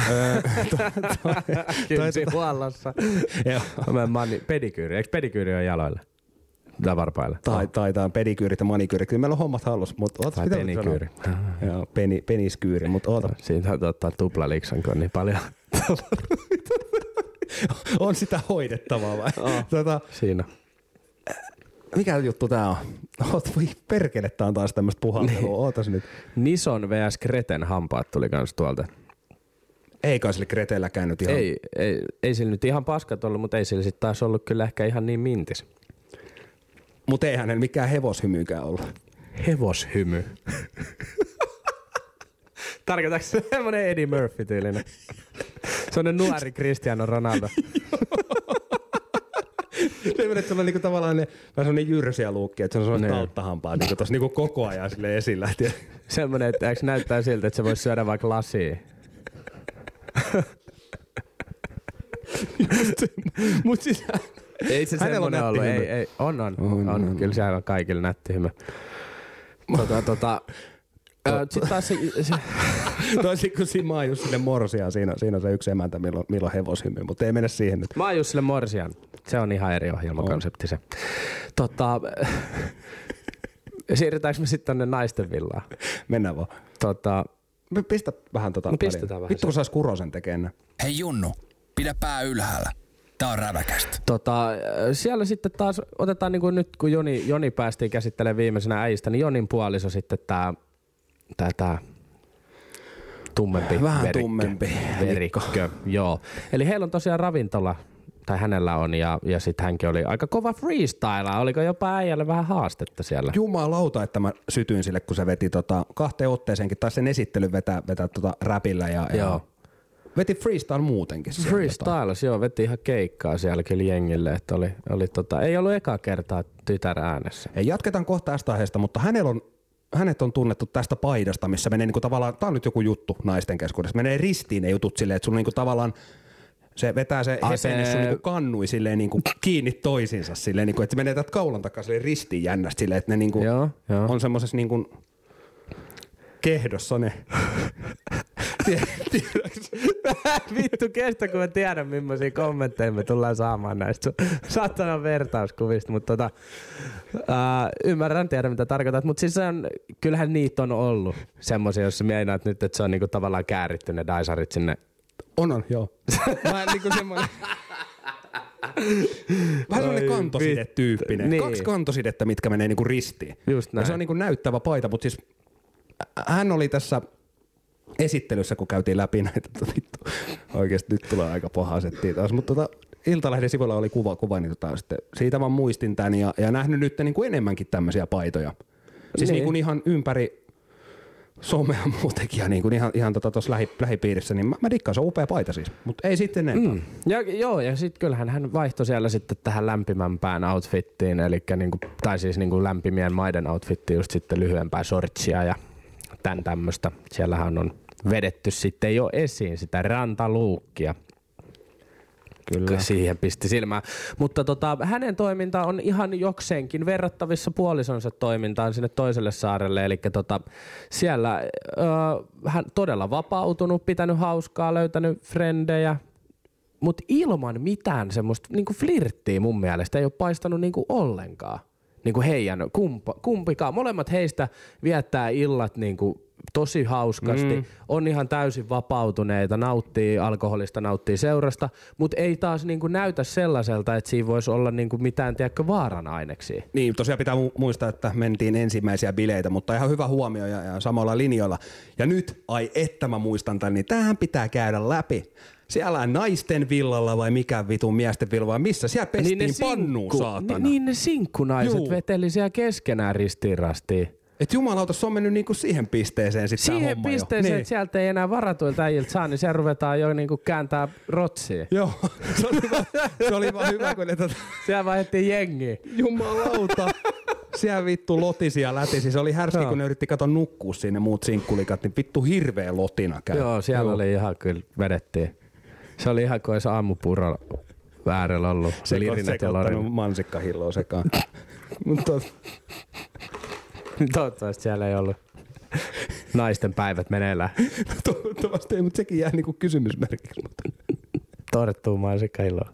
Kynsi huollossa. Joo. Mani, pedikyyri. Eikö pedikyyri ole jaloilla? Tai varpailla? Tai, tai, tai pedikyyrit ja manikyyrit. Kyllä meillä on hommat hallussa, mutta... Tai penikyyri. Joo, peni, peniskyyri, mutta oota. Siitä on ottaa tuplaliksan, kun on niin paljon. On sitä hoidettavaa vai? Oh, tota, siinä. Mikä juttu tää on? Oot, voi perkele, tää on taas tämmöstä puhaltelua. Niin. Ootas nyt. Nison versus Greten hampaat tuli kans tuolta. Ei kai sille Gretellä käynyt ihan... Ei, ei, ei sillä nyt ihan paskat ollut, mutta ei sillä sit taas ollut kyllä ehkä ihan niin mintis. Mut ei hänellä mikään hevoshymykään ollut. Hevoshymy. Tarkoitatko se semmonen Eddie Murphy-tyylinen? Semmonen nuori Cristiano Ronaldo. Semmoinen, että sulla on niinku tavallaan ne, vähän semmoinen jyrsiä luukki, että se on semmoinen kauttahampaa niinku tossa niinku koko ajan sille esillä. Semmoinen, että eikö näyttää siltä, että se voisi syödä vaikka lasia. Mut siis ei se semmoinen ollut. Ei, ei, on, on, on, on, on. Kyllä se aivan kaikille nätti hymä. Tota, tota, sitten taas se... se toisin kuin siinä Maajussille Morsian, siinä, siinä on se yksi emäntä, milloin, milloin hevoshymy, mutta ei mennä siihen nyt. Maajussille Morsian, se on ihan eri ohjelmakonsepti se. Tota, siirrytäänkö me sitten tonne naisten villaan? Mennään vaan. Tota, Pistä vähän tota no pistetään vähän. Vittu kun sais Kurosen tekemään. Hei Junnu, pidä pää ylhäällä. Tää on räväkästä. Tota, siellä sitten taas otetaan niin kuin nyt, kun Joni, Joni päästiin käsittelemään viimeisenä äijistä, niin Jonin puoliso sitten tää, tää, tää tummempi vähän verikkö. tummempi verikkö. Joo. Eli heillä on tosiaan ravintola, tai hänellä on, ja, ja sitten hänkin oli aika kova freestyler. Oliko jopa äijälle vähän haastetta siellä? Jumalauta, että mä sytyin sille, kun se veti tota, kahteen otteeseenkin, tai sen esittelyn vetää, vetää tota räpillä ja, ja veti freestyle muutenkin. Freestyle, joo, veti ihan keikkaa siellä kyllä jengille, että oli, oli tota, ei ollut eka kertaa tytär äänessä. Ei, jatketaan kohta tästä aiheesta, mutta hänellä on, hänet on tunnettu tästä paidasta, missä menee niinku tavallaan, tää on nyt joku juttu naisten keskuudessa, menee ristiin ne jutut silleen, että sulla niinku tavallaan se vetää se hepennys sun niinku kannui silleen niinku kiinni toisiinsa silleen, niinku, että se menee täältä kaulan takaa silleen ristiin jännästi silleen, että ne niinku joo, joo. on semmosessa niinku kehdossa ne. Vittu kestä, kun mä tiedän, millaisia kommentteja me tullaan saamaan näistä saatana vertauskuvista, mutta tota, ää, ymmärrän tiedä, mitä tarkoitat, mutta siis se on, kyllähän niitä on ollut semmoisia, jos sä meinaat nyt, että se on niinku tavallaan kääritty ne daisarit sinne. On, on, joo. Vähän niinku semmoinen vähän semmoinen kantosidetyyppinen. Niin. Kaksi kantosidettä, mitkä menee niinku ristiin. Just näin. Ja se on niinku näyttävä paita, mutta siis hän oli tässä esittelyssä, kun käytiin läpi näitä, vittu, oikeesti nyt tulee aika paha settiä taas, mutta tota, Iltalehden sivuilla oli kuva, kuva niin tota, sitten siitä vaan muistin tän ja, ja nähnyt nyt niin kuin enemmänkin tämmöisiä paitoja. Siis niin. Niin kuin ihan ympäri somea muutenkin ja niin kuin ihan, ihan tota tuossa lähi, lähipiirissä, niin mä, mä dikkaan, se on upea paita siis, mutta ei sitten enempää. Mm. Ja, joo, ja sitten kyllähän hän vaihtoi siellä sitten tähän lämpimämpään outfittiin, eli niinku, tai siis niinku lämpimien maiden outfittiin just sitten lyhyempää shortsia ja tän tämmöstä. Siellähän on vedetty sitten jo esiin sitä rantaluukkia. Kyllä. Siihen pisti silmään. Mutta tota, hänen toiminta on ihan jokseenkin verrattavissa puolisonsa toimintaan sinne toiselle saarelle. Eli tota, siellä ö, hän todella vapautunut, pitänyt hauskaa, löytänyt frendejä. Mutta ilman mitään semmoista niinku flirttiä mun mielestä ei ole paistanut niinku ollenkaan. Niinku heidän kumpa, kumpikaan. Molemmat heistä viettää illat niinku tosi hauskasti, mm. on ihan täysin vapautuneita, nauttii alkoholista, nauttii seurasta, mutta ei taas niinku näytä sellaiselta, että siinä voisi olla niinku mitään tiedätkö, vaaran aineksia. Niin, tosiaan pitää muistaa, että mentiin ensimmäisiä bileitä, mutta ihan hyvä huomio ja, ja samalla linjoilla. Ja nyt, ai että mä muistan tämän, niin tämähän pitää käydä läpi. Siellä naisten villalla vai mikä vitun miesten villa vai missä? Siellä pestiin niin pannuun, saatana. Ni, niin ne sinkkunaiset Juu. veteli siellä keskenään ristiin rastiin. Et jumalauta, se on mennyt niinku siihen pisteeseen sitten Siihen homma pisteeseen, jo. että sieltä ei enää varatuilta äijiltä saa, niin siellä ruvetaan jo niinku kääntää rotsia. Joo, se oli vaan, se oli vaan hyvä, kun ne tota... Siellä vaihdettiin jengiä. Jumalauta. Siellä vittu lotisia lätisi. Se oli härski, no. kun ne yritti kato nukkua sinne muut sinkkulikat, niin vittu hirveä lotina käy. Joo, siellä Joo. oli ihan kyllä, vedettiin. Se oli ihan kuin olisi aamupuro väärellä ollut. Se lirinät ja lorinat. Mansikkahilloa sekaan. Mutta toivottavasti siellä ei ollut naisten päivät meneillään. Toivottavasti ei, mutta sekin jää niinku kysymysmerkiksi. Torttuu mansikkahilloa.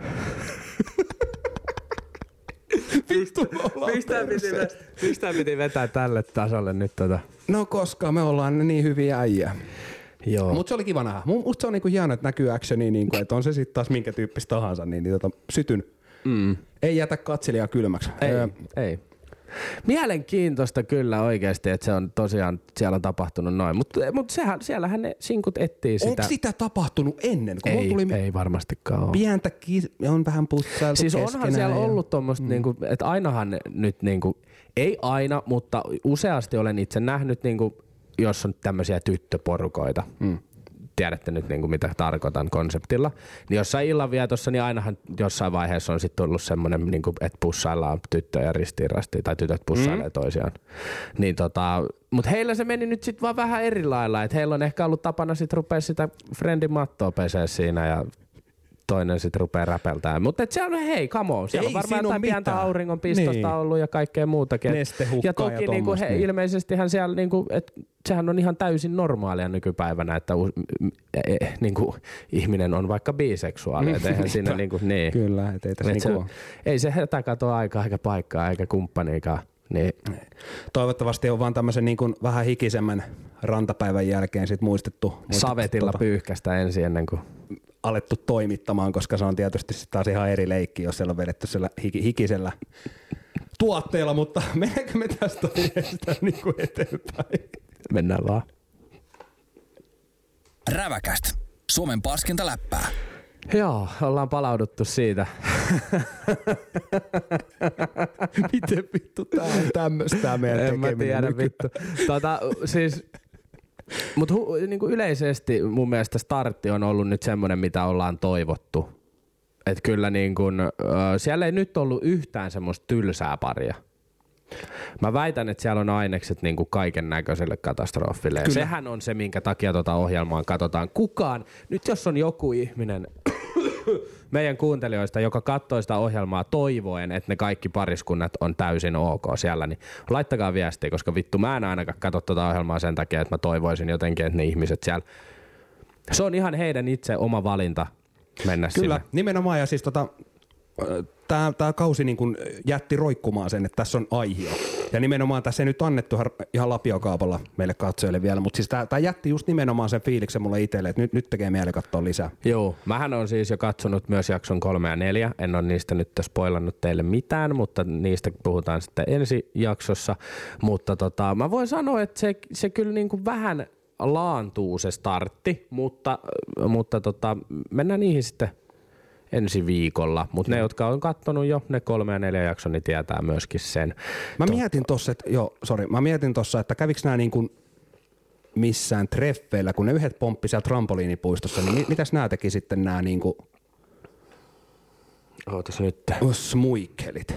Vittu, mistä piti vetää tälle tasolle nyt tota? No koska me ollaan niin hyviä äijä. Joo. Mutta se oli kiva nähdä. Musta se on niinku hienoa, että näkyy actionia, niinku, että on se sitten taas minkä tyyppistä tahansa, niin, niin tota, sytyn. Mm. Ei jätä katselijaa kylmäksi. Ei, öö, ei. Mielenkiintoista kyllä oikeasti, että se on tosiaan, siellä on tapahtunut noin, mutta mut sehän, siellähän ne sinkut etsii sitä. Onko sitä tapahtunut ennen? Kun ei, tuli ei varmastikaan ole. Pientä ki- on vähän pussailtu siis onhan siellä ja... ollut tuommoista, mm. niinku, että ainahan nyt, niinku, ei aina, mutta useasti olen itse nähnyt, niinku, jos on tämmöisiä tyttöporukoita. Mm. Tiedätte nyt niinku mitä tarkoitan konseptilla. Niin jossain illanvietossa, niin ainahan jossain vaiheessa on sitten tullut semmoinen, niinku, että pussaillaan tyttöjä ristiin rastiin, tai tytöt pussailee mm. toisiaan. Niin tota, mut heillä se meni nyt sit vaan vähän eri lailla, että heillä on ehkä ollut tapana sit rupea sitä friendin mattoa pesee siinä ja toinen sit rupee räpeltään. Mutta se on hei, come on. Siellä ei, on varmaan jotain pientä auringonpistosta niin. ollut ja kaikkea muutakin. Nestehukkaa ja toki ja niinku he, niin. ilmeisestihän siellä, niinku, et, sehän on ihan täysin normaalia nykypäivänä, että u, e, e, niinku, ihminen on vaikka biseksuaali. Et eihän siinä, niinku, niin. Kyllä, et ei tässä et niinku se, ei se hätä katoa aikaa eikä paikkaa eikä kumppaniikaan. Niin. Toivottavasti on vaan tämmöisen niin kuin vähän hikisemmän rantapäivän jälkeen sit muistettu. muistettu Savetilla tuota, pyyhkästä ensin ennen kuin alettu toimittamaan, koska se on tietysti taas ihan eri leikki, jos siellä on vedetty sillä hikisellä tuotteella, mutta mennäänkö me tästä niin kuin eteenpäin? Mennään vaan. Räväkästä. Suomen paskinta läppää. Joo, ollaan palauduttu siitä. Miten vittu tää on tämmöstä meidän tekeminen? En mä tiedä vittu. Tota, siis, mut hu, niinku yleisesti mun mielestä startti on ollut nyt semmonen, mitä ollaan toivottu. Et kyllä niin kun, äh, siellä ei nyt ollut yhtään semmoista tylsää paria. Mä väitän, että siellä on ainekset niinku kaiken näköiselle katastrofille. Ja sehän on se, minkä takia tota ohjelmaa katsotaan. Kukaan, nyt jos on joku ihminen meidän kuuntelijoista, joka katsoo sitä ohjelmaa toivoen, että ne kaikki pariskunnat on täysin ok siellä, niin laittakaa viestiä, koska vittu mä en ainakaan katso tota ohjelmaa sen takia, että mä toivoisin jotenkin, että ne ihmiset siellä, se on ihan heidän itse oma valinta mennä Kyllä, sinne. nimenomaan, ja siis tota, tää, tää kausi niin kun jätti roikkumaan sen, että tässä on aihio. Ja nimenomaan tässä ei nyt annettu ihan lapiokaupalla meille katsojille vielä, mutta siis tää, tää jätti just nimenomaan sen fiiliksen mulle itselle, että nyt, nyt tekee mieli katsoa lisää. Joo, mähän on siis jo katsonut myös jakson kolme ja neljä, en ole niistä nyt spoilannut teille mitään, mutta niistä puhutaan sitten ensi jaksossa. Mutta tota, mä voin sanoa, että se, se kyllä niinku vähän laantuu se startti, mutta, mutta tota, mennään niihin sitten ensi viikolla, mutta ne, jotka on kattonut jo ne kolme ja neljä jakson, niin tietää myöskin sen. Mä mietin tossa, että joo, sorry, mä mietin tossa, että käviks nää niinku missään treffeillä, kun ne yhdet pomppi siellä trampoliinipuistossa, niin mitäs nää teki sitten nää niinku ootas nyt. Smuikkelit.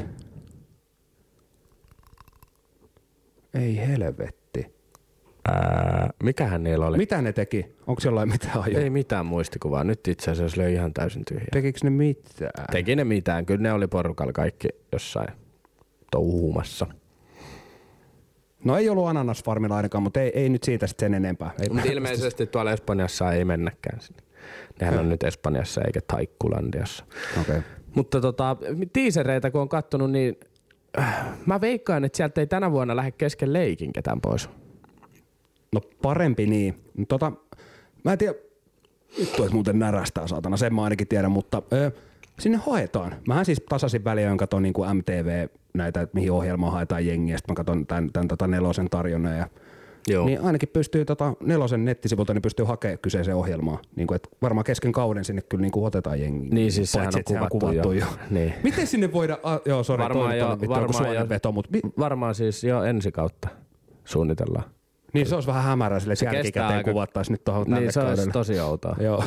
Ei helvetti. Ää, Mikähän niillä oli? Mitä ne teki? Onko jollain mitään ajoa? Ei mitään muistikuvaa. Nyt itse asiassa oli ihan täysin tyhjä. Tekikö ne mitään? Teki ne mitään. Kyllä ne oli porukalla kaikki jossain touhumassa. No ei ollut ananasfarmilla ainakaan, mutta ei, ei nyt siitä sitten sen enempää. Mutta ilmeisesti tuolla Espanjassa ei mennäkään sinne. Nehän on nyt Espanjassa eikä Taikkulandiassa. Okay. Mutta tota, tiisereitä kun on kattonut, niin äh, mä veikkaan, että sieltä ei tänä vuonna lähde kesken leikin ketään pois. No parempi niin. Tota, mä en tiedä, vittu et muuten närästää saatana, sen mä ainakin tiedän, mutta ö, sinne haetaan. Mähän siis tasaisin väliin katon niin kuin M T V näitä, että mihin ohjelmaan haetaan jengiä, sitten mä katon tämän, tämän tota nelosen tarjonnan ja Joo. Niin ainakin pystyy tota nelosen nettisivulta, niin pystyy hakemaan kyseiseen ohjelmaan. Niin kuin, että varmaan kesken kauden sinne kyllä niin kuin otetaan jengiä. Niin siis sehän on kuvattu, kuvattu jo. jo. Niin. Miten sinne voidaan, ah, joo sori, varmaan, jo, varmaan, jo, veto, mutta mi- varmaan siis jo ensi kautta suunnitellaan. Niin se olisi vähän hämärää sille, että jälkikäteen kuvattaisiin nyt tuohon tälle Niin se kaudelle. olisi tosi outoa. Joo.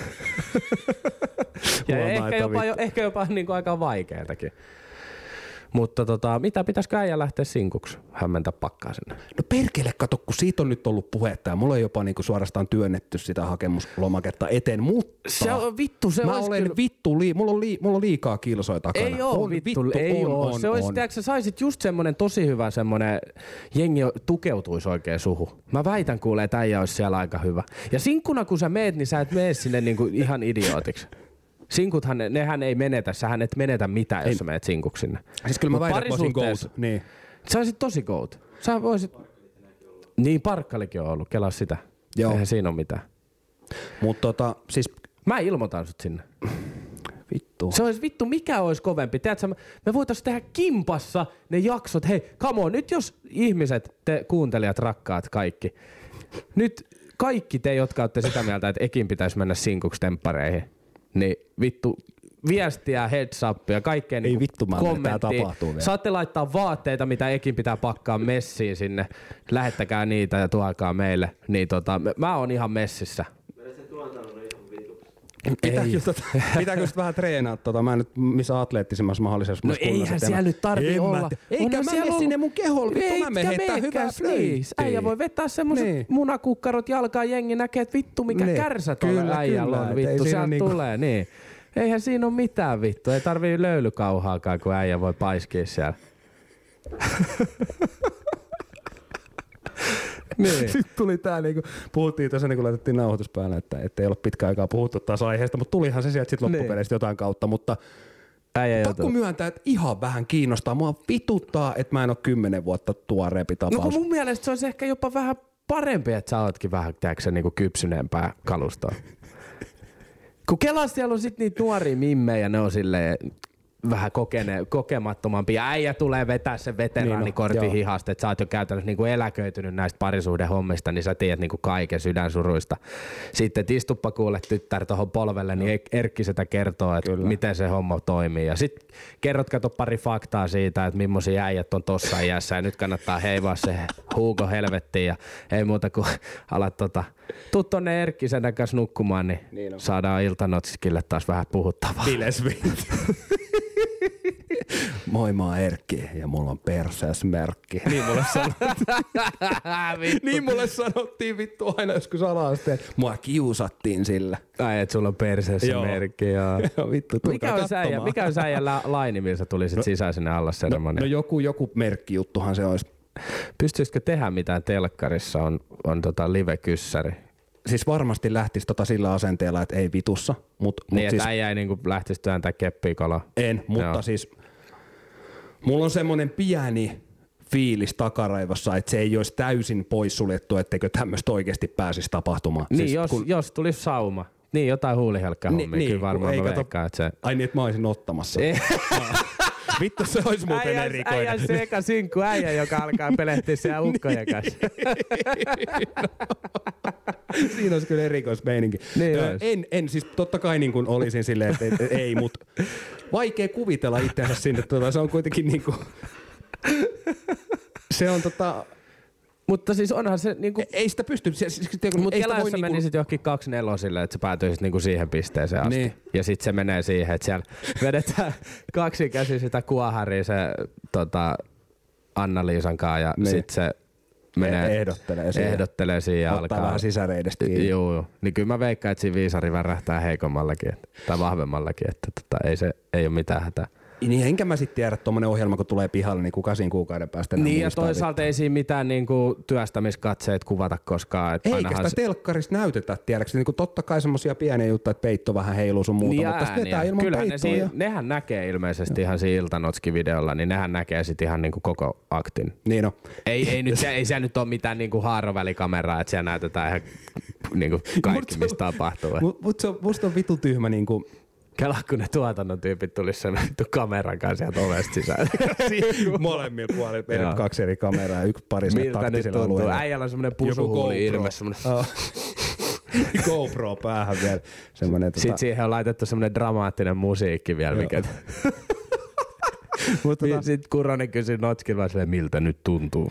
ja ehkä jopa, jo, ehkä jopa niin kuin aika vaikeatakin. Mutta tota, mitä pitäisikö äijä lähteä sinkuksi hämmentä pakkaa sinne? No perkele, kato, kun siitä on nyt ollut puhetta ja mulla on jopa niinku suorastaan työnnetty sitä hakemuslomaketta eteen, mutta se on vittu, se mä olen kyllä vittu, lii, mulla, on lii, mulla on liikaa kilsoja takana. Ei oo vittu, vittu, ei on, oo. On, se olisi, on. Tiedätkö, sä saisit just semmonen tosi hyvä semmonen, jengi tukeutuisi oikein suhu. Mä väitän kuulee, että äijä olisi siellä aika hyvä. Ja sinkkuna kun sä meet, niin sä et mene sinne niinku ihan idiootiksi. Sinkuthan, nehän ei menetä, sähän et menetä mitään, jos sä menet sinkuksi sinne. Siis kyllä mä väitän, että voisin goat. Niin. Sä olisit tosi goat. Sä voisit... Niin, Parkkalikin on ollut, kelaa sitä. Joo. Eihän siinä ole mitään. Mut tota, siis... Mä ilmoitan sut sinne. Vittu. Se olisi vittu, mikä olisi kovempi. Tiedätkö, me voitais tehdä kimpassa ne jaksot. Hei, come on, nyt jos ihmiset, te kuuntelijat, rakkaat kaikki. Nyt kaikki te, jotka olette sitä mieltä, että Ekin pitäisi mennä sinkuksi temppareihin. Niin vittu, viestiä, heads upia, kaikkea niin vittu, kommenttia. Saatte laittaa vaatteita, mitä Ekin pitää pakkaa messiin sinne. Lähettäkää niitä ja tuokaa meille. Niin tota, mä oon ihan messissä. Pitääkö, tota, pitääkö sit vähän treenaa tota? Mä en nyt missä atleettisimmassa mahdollisessa No eihän siellä nyt tarvii olla. Eikä mä mene sinne mun keholle, vittu mä menen heittää hyvää flöittiä. Äijä voi vetää semmoset niin. munakukkarot jalkaan, jengi näkee, että vittu mikä niin. kärsä tuolla äijällä on. Vittu, sieltä niinku... tulee, niin. Eihän siinä ole mitään vittu. Ei tarvii löylykauhaakaan, kun äijä voi paiskia siellä. Niin. Sitten tuli tää niinku, puhuttiin tässä niinku laitettiin nauhoitus päälle, että ettei ole pitkä aikaa puhuttu taas aiheesta, mutta tulihan se sieltä sit loppupeleistä jotain kautta, mutta Äijä pakko joutuu. myöntää, että ihan vähän kiinnostaa. Mua vituttaa, että mä en ole kymmenen vuotta tuoreempi tapaus. No kun mun mielestä se olisi ehkä jopa vähän parempi, että sä ootkin vähän, tiedätkö, niinku kypsyneempää kalustoa. Kun Kelassa siellä on sit niitä nuoria mimmejä, ne on silleen vähän kokene, kokemattomampia. Äijä tulee vetää sen veteraanikortin niin no, hihasta, että sä oot jo käytännössä niinku eläköitynyt näistä parisuhden hommista, niin sä tiedät niinku kaiken sydänsuruista. Sitten istuppa kuule tyttär tohon polvelle, no. niin Erkki sitä kertoo, että Kyllä. miten se homma toimii. Ja sit kerrot kato pari faktaa siitä, että millaisia äijät on tossa iässä ja nyt kannattaa heivaa se huuko helvettiin ja ei muuta kuin alat tota, tuu tonne Erkkisen kanssa nukkumaan, niin, niin saadaan iltanotskille taas vähän puhuttavaa. Bilesviit. Moi, mä oon Erkki ja mulla on perseesmerkki. Niin mulle sanottiin. niin mulle sanottiin vittu aina joskus ala-asteen. Mua kiusattiin sillä. Ai, et sulla on perseesmerkki. Joo. Joo, vittu, mikä on säijä, mikä on säijä la- laini, millä sä tulisit no, sisään sinne allasseremoniaan? No, no joku, joku merkkijuttuhan se olisi. Pystyisikö tehdä mitään telkkarissa on, on tota live-kyssäri? Siis varmasti lähtisi tota sillä asenteella, että ei vitussa. Mut, niin, mut että siis, äijä ei niinku lähtisi työntää keppiä kalaa. En, mutta Joo. siis mulla on semmonen pieni fiilis takaraivossa, että se ei olisi täysin poissuljettu, etteikö tämmöistä oikeasti pääsisi tapahtumaan. Niin, siis, jos, kun, jos tulisi sauma. Niin, jotain huulihelkkähommia. Niin, kyllä varmaan mä veikkaan, että se... Ai niin, että mä olisin ottamassa. Vittu, se olisi muuten äijä, erikoinen. Äijä se eka sinkku äijä, joka alkaa pelehtiä siellä ukkojen kanssa. Siinä olisi kyllä erikoismeininki. Niin en, en, siis totta kai niin kuin olisin silleen, että et, et, ei, mutta vaikea kuvitella itseänsä sinne. Tota, se on kuitenkin niin kuin... Se on tota... Mutta siis onhan se niinku... Ei sitä pysty. Mutta Kelassa niinku... menisit johonkin kaksi nelosille, että sä päätyisit niinku siihen pisteeseen asti. Niin. Ja sit se menee siihen, että siellä vedetään kaksi käsi sitä kuoharia se tota, Anna-Liisan kanssa ja niin. sit se menee, ehdottelee siihen. Ehdottelee siihen ja ottaa alkaa. vähän sisäreidestä kiinni. Joo, joo. Niin kyllä mä veikkaan, että siinä viisari värähtää heikommallakin, että, tai vahvemmallakin, että tota, ei, se, ei ole mitään hätää. Niin enkä mä sitten tiedä, että tommonen ohjelma kun tulee pihalle, niin kuka siinä kuukauden päästä niin ja toisaalta vittu. Ei siinä mitään niinku työstämiskatseet kuvata koskaan. Eikä sitä se... telkkarista näytetä, tiedätkö? Niin totta kai semmosia pieniä juttuja, että peitto vähän heiluu sun muuta, niin mutta sitä vetää ilman kyllähän peittoa. Ne ja... nehän näkee ilmeisesti ihan siinä Iltanotski-videolla, niin nehän näkee sitten ihan niinku koko aktin. Niin no. Ei, ei, nyt, se, ei siellä nyt ole mitään niinku haarovälikameraa, että siellä näytetään ihan niinku kaikki, mistä tapahtuu. Mut, mut se on, musta on vitu tyhmä niinku... Kela, kun ne tuotannon tyypit tulisi sen kameran kanssa sieltä ovesta sisään. Molemmilla puolilla meidän kaksi eri kameraa ja yksi pari sinne taktisilla alueilla. Äijällä on semmonen pusuhuuli ilme. Oh. GoPro päähän vielä. Semmonen, tota... Sitten siihen on laitettu semmonen dramaattinen musiikki vielä. Mikä... Mutta tota... Sitten Kuronen kysyi Notskilla vaan silleen, miltä nyt tuntuu.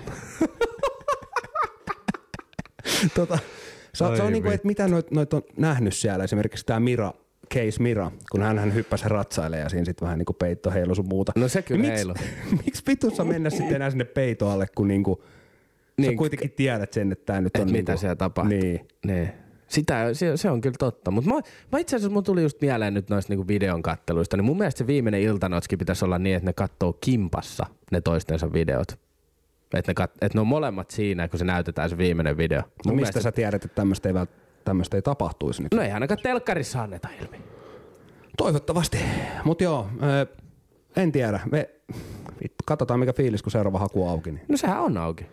tota, se, se on niinku, että mitä noit, noit on nähnyt siellä. Esimerkiksi tää Mira. Case Mira, kun hän, hän hyppäsi ratsailee ja siinä sitten vähän niinku peitto heilu sun muuta. No se kyllä heilu. Miksi vitussa mennä sitten enää sinne peito alle, kun niinku, niin, sä kuitenkin tiedät sen, että tää nyt on mitä niinku, siellä tapahtuu. Niin. niin. Sitä, se, se on kyllä totta. Mutta mä, mä itse asiassa mun tuli just mieleen nyt noista niinku videon katteluista, niin mun mielestä se viimeinen Iltanotski pitäisi olla niin, että ne katsoo kimpassa ne toistensa videot. Että ne, kat, et ne on molemmat siinä, kun se näytetään se viimeinen video. Mun no mistä mielestä... sä tiedät, että tämmöistä ei, tämmöistä ei tapahtuisi nyt? No ei ainakaan telkkarissa anneta ilmi. Toivottavasti. Mut joo, äh, en tiedä. Me katsotaan mikä fiilis, kun seuraava haku on auki. Niin. No sehän on auki.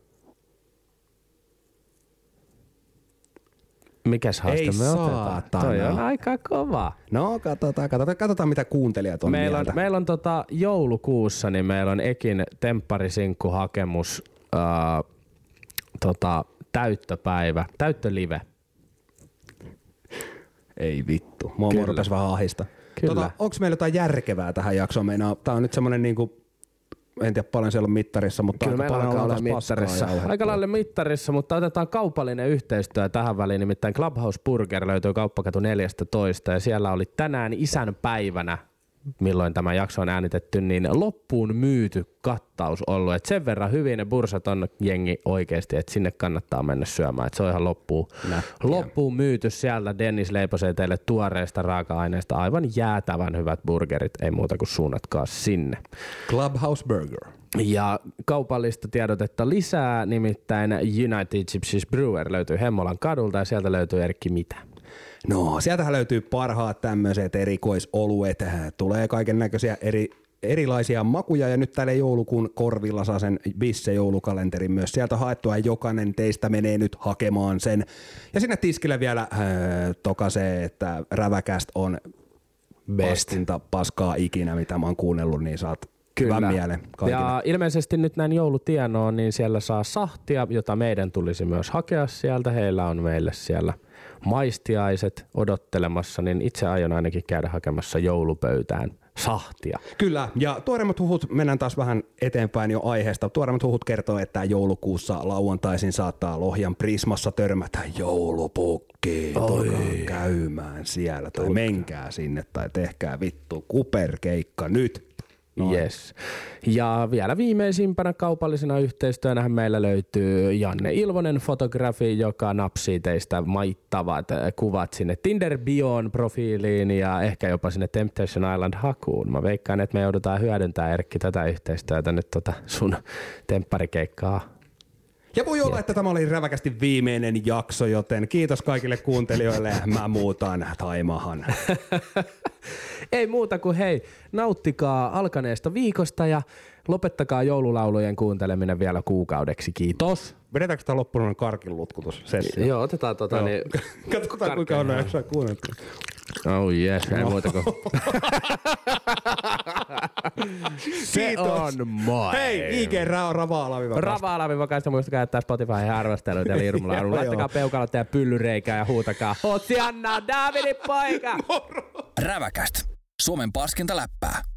Mikäs haaste ei me saatana. otetaan? Toi on aika kova. No katsotaan, katsotaan, katsotaan mitä kuuntelijat on meillä mieltä. on, meillä on tota, joulukuussa, niin meillä on Ekin tempparisinkuhakemus äh, tota, täyttöpäivä, täyttölive. Ei vittu. Mua mua rupesi vähän ahista. Tota, onks meillä jotain järkevää tähän jaksoon? Meinaa, tää on nyt semmonen niinku, en tiedä paljon siellä on mittarissa, mutta kyllä aika meillä paljon alkaa olla mittarissa. Aika lailla mittarissa, mutta otetaan kaupallinen yhteistyö tähän väliin. Nimittäin Clubhouse Burger löytyy Kauppakatu neljätoista ja siellä oli tänään isän päivänä, milloin tämä jakso on äänitetty, niin loppuun myyty kattaus ollut. Et sen verran hyvin ne bursat on jengi oikeasti, että sinne kannattaa mennä syömään. Et se on ihan loppuun, loppuun myyty sieltä. Dennis leipasee teille tuoreista raaka-aineista aivan jäätävän hyvät burgerit. Ei muuta kuin suunnatkaa sinne. Clubhouse Burger. Ja kaupallista tiedotetta lisää, nimittäin United Gypsies Brewer löytyy Hemmolan kadulta ja sieltä löytyy Erkki mitä? No, sieltähän löytyy parhaat tämmöiset erikoisoluet. Tulee kaiken näköisiä eri, erilaisia makuja ja nyt täällä joulukuun korvilla saa sen Bisse joulukalenterin myös. Sieltä haettua jokainen teistä menee nyt hakemaan sen. Ja sinne tiskille vielä äh, tokasee, että Räväkäst on bestintä paskaa ikinä, mitä mä oon kuunnellut, niin saat hyvän mielen kaikille. Ja ilmeisesti nyt näin joulutienoon, niin siellä saa sahtia, jota meidän tulisi myös hakea sieltä. Heillä on meille siellä maistiaiset odottelemassa, niin itse aion ainakin käydä hakemassa joulupöytään sahtia. Kyllä, ja tuoreimmat huhut, mennään taas vähän eteenpäin jo aiheesta. Tuoreimmat huhut kertoo, että joulukuussa lauantaisin saattaa Lohjan Prismassa törmätä joulupukki. Tulkaa käymään siellä, tai menkää sinne, tai tehkää vittu kuperkeikka nyt. Noin. Yes. Ja vielä viimeisimpänä kaupallisena yhteistyönähän meillä löytyy Janne Ilvonen fotografi, joka napsii teistä maittavat kuvat sinne Tinder-bioon profiiliin ja ehkä jopa sinne Temptation Island-hakuun. Mä veikkaan, että me joudutaan hyödyntämään, Erkki, tätä yhteistyötä nyt tota sun tempparikeikkaa. Ja voi olla, että tämä oli räväkästi viimeinen jakso, joten kiitos kaikille kuuntelijoille. Mä muutan Taimahan. Ei muuta kuin hei, nauttikaa alkaneesta viikosta ja lopettakaa joululaulujen kuunteleminen vielä kuukaudeksi. Kiitos. Vedetäänkö tämä loppuun karkin lutkutussessio? Joo, otetaan tota Joo. niin. Katsotaan kuinka on jaksaa kuunnella. Oh yes, ei muuta kuin. Se on moi. Hei, I G Rava-alaviva. Rava-alaviva kanssa muistakaa käyttää Spotify ja arvostelut ja liirumalla. Laittakaa peukalot ja pyllyreikää ja huutakaa. Hotsi Anna, Davidi poika! Räväkäst. Suomen paskinta läppää.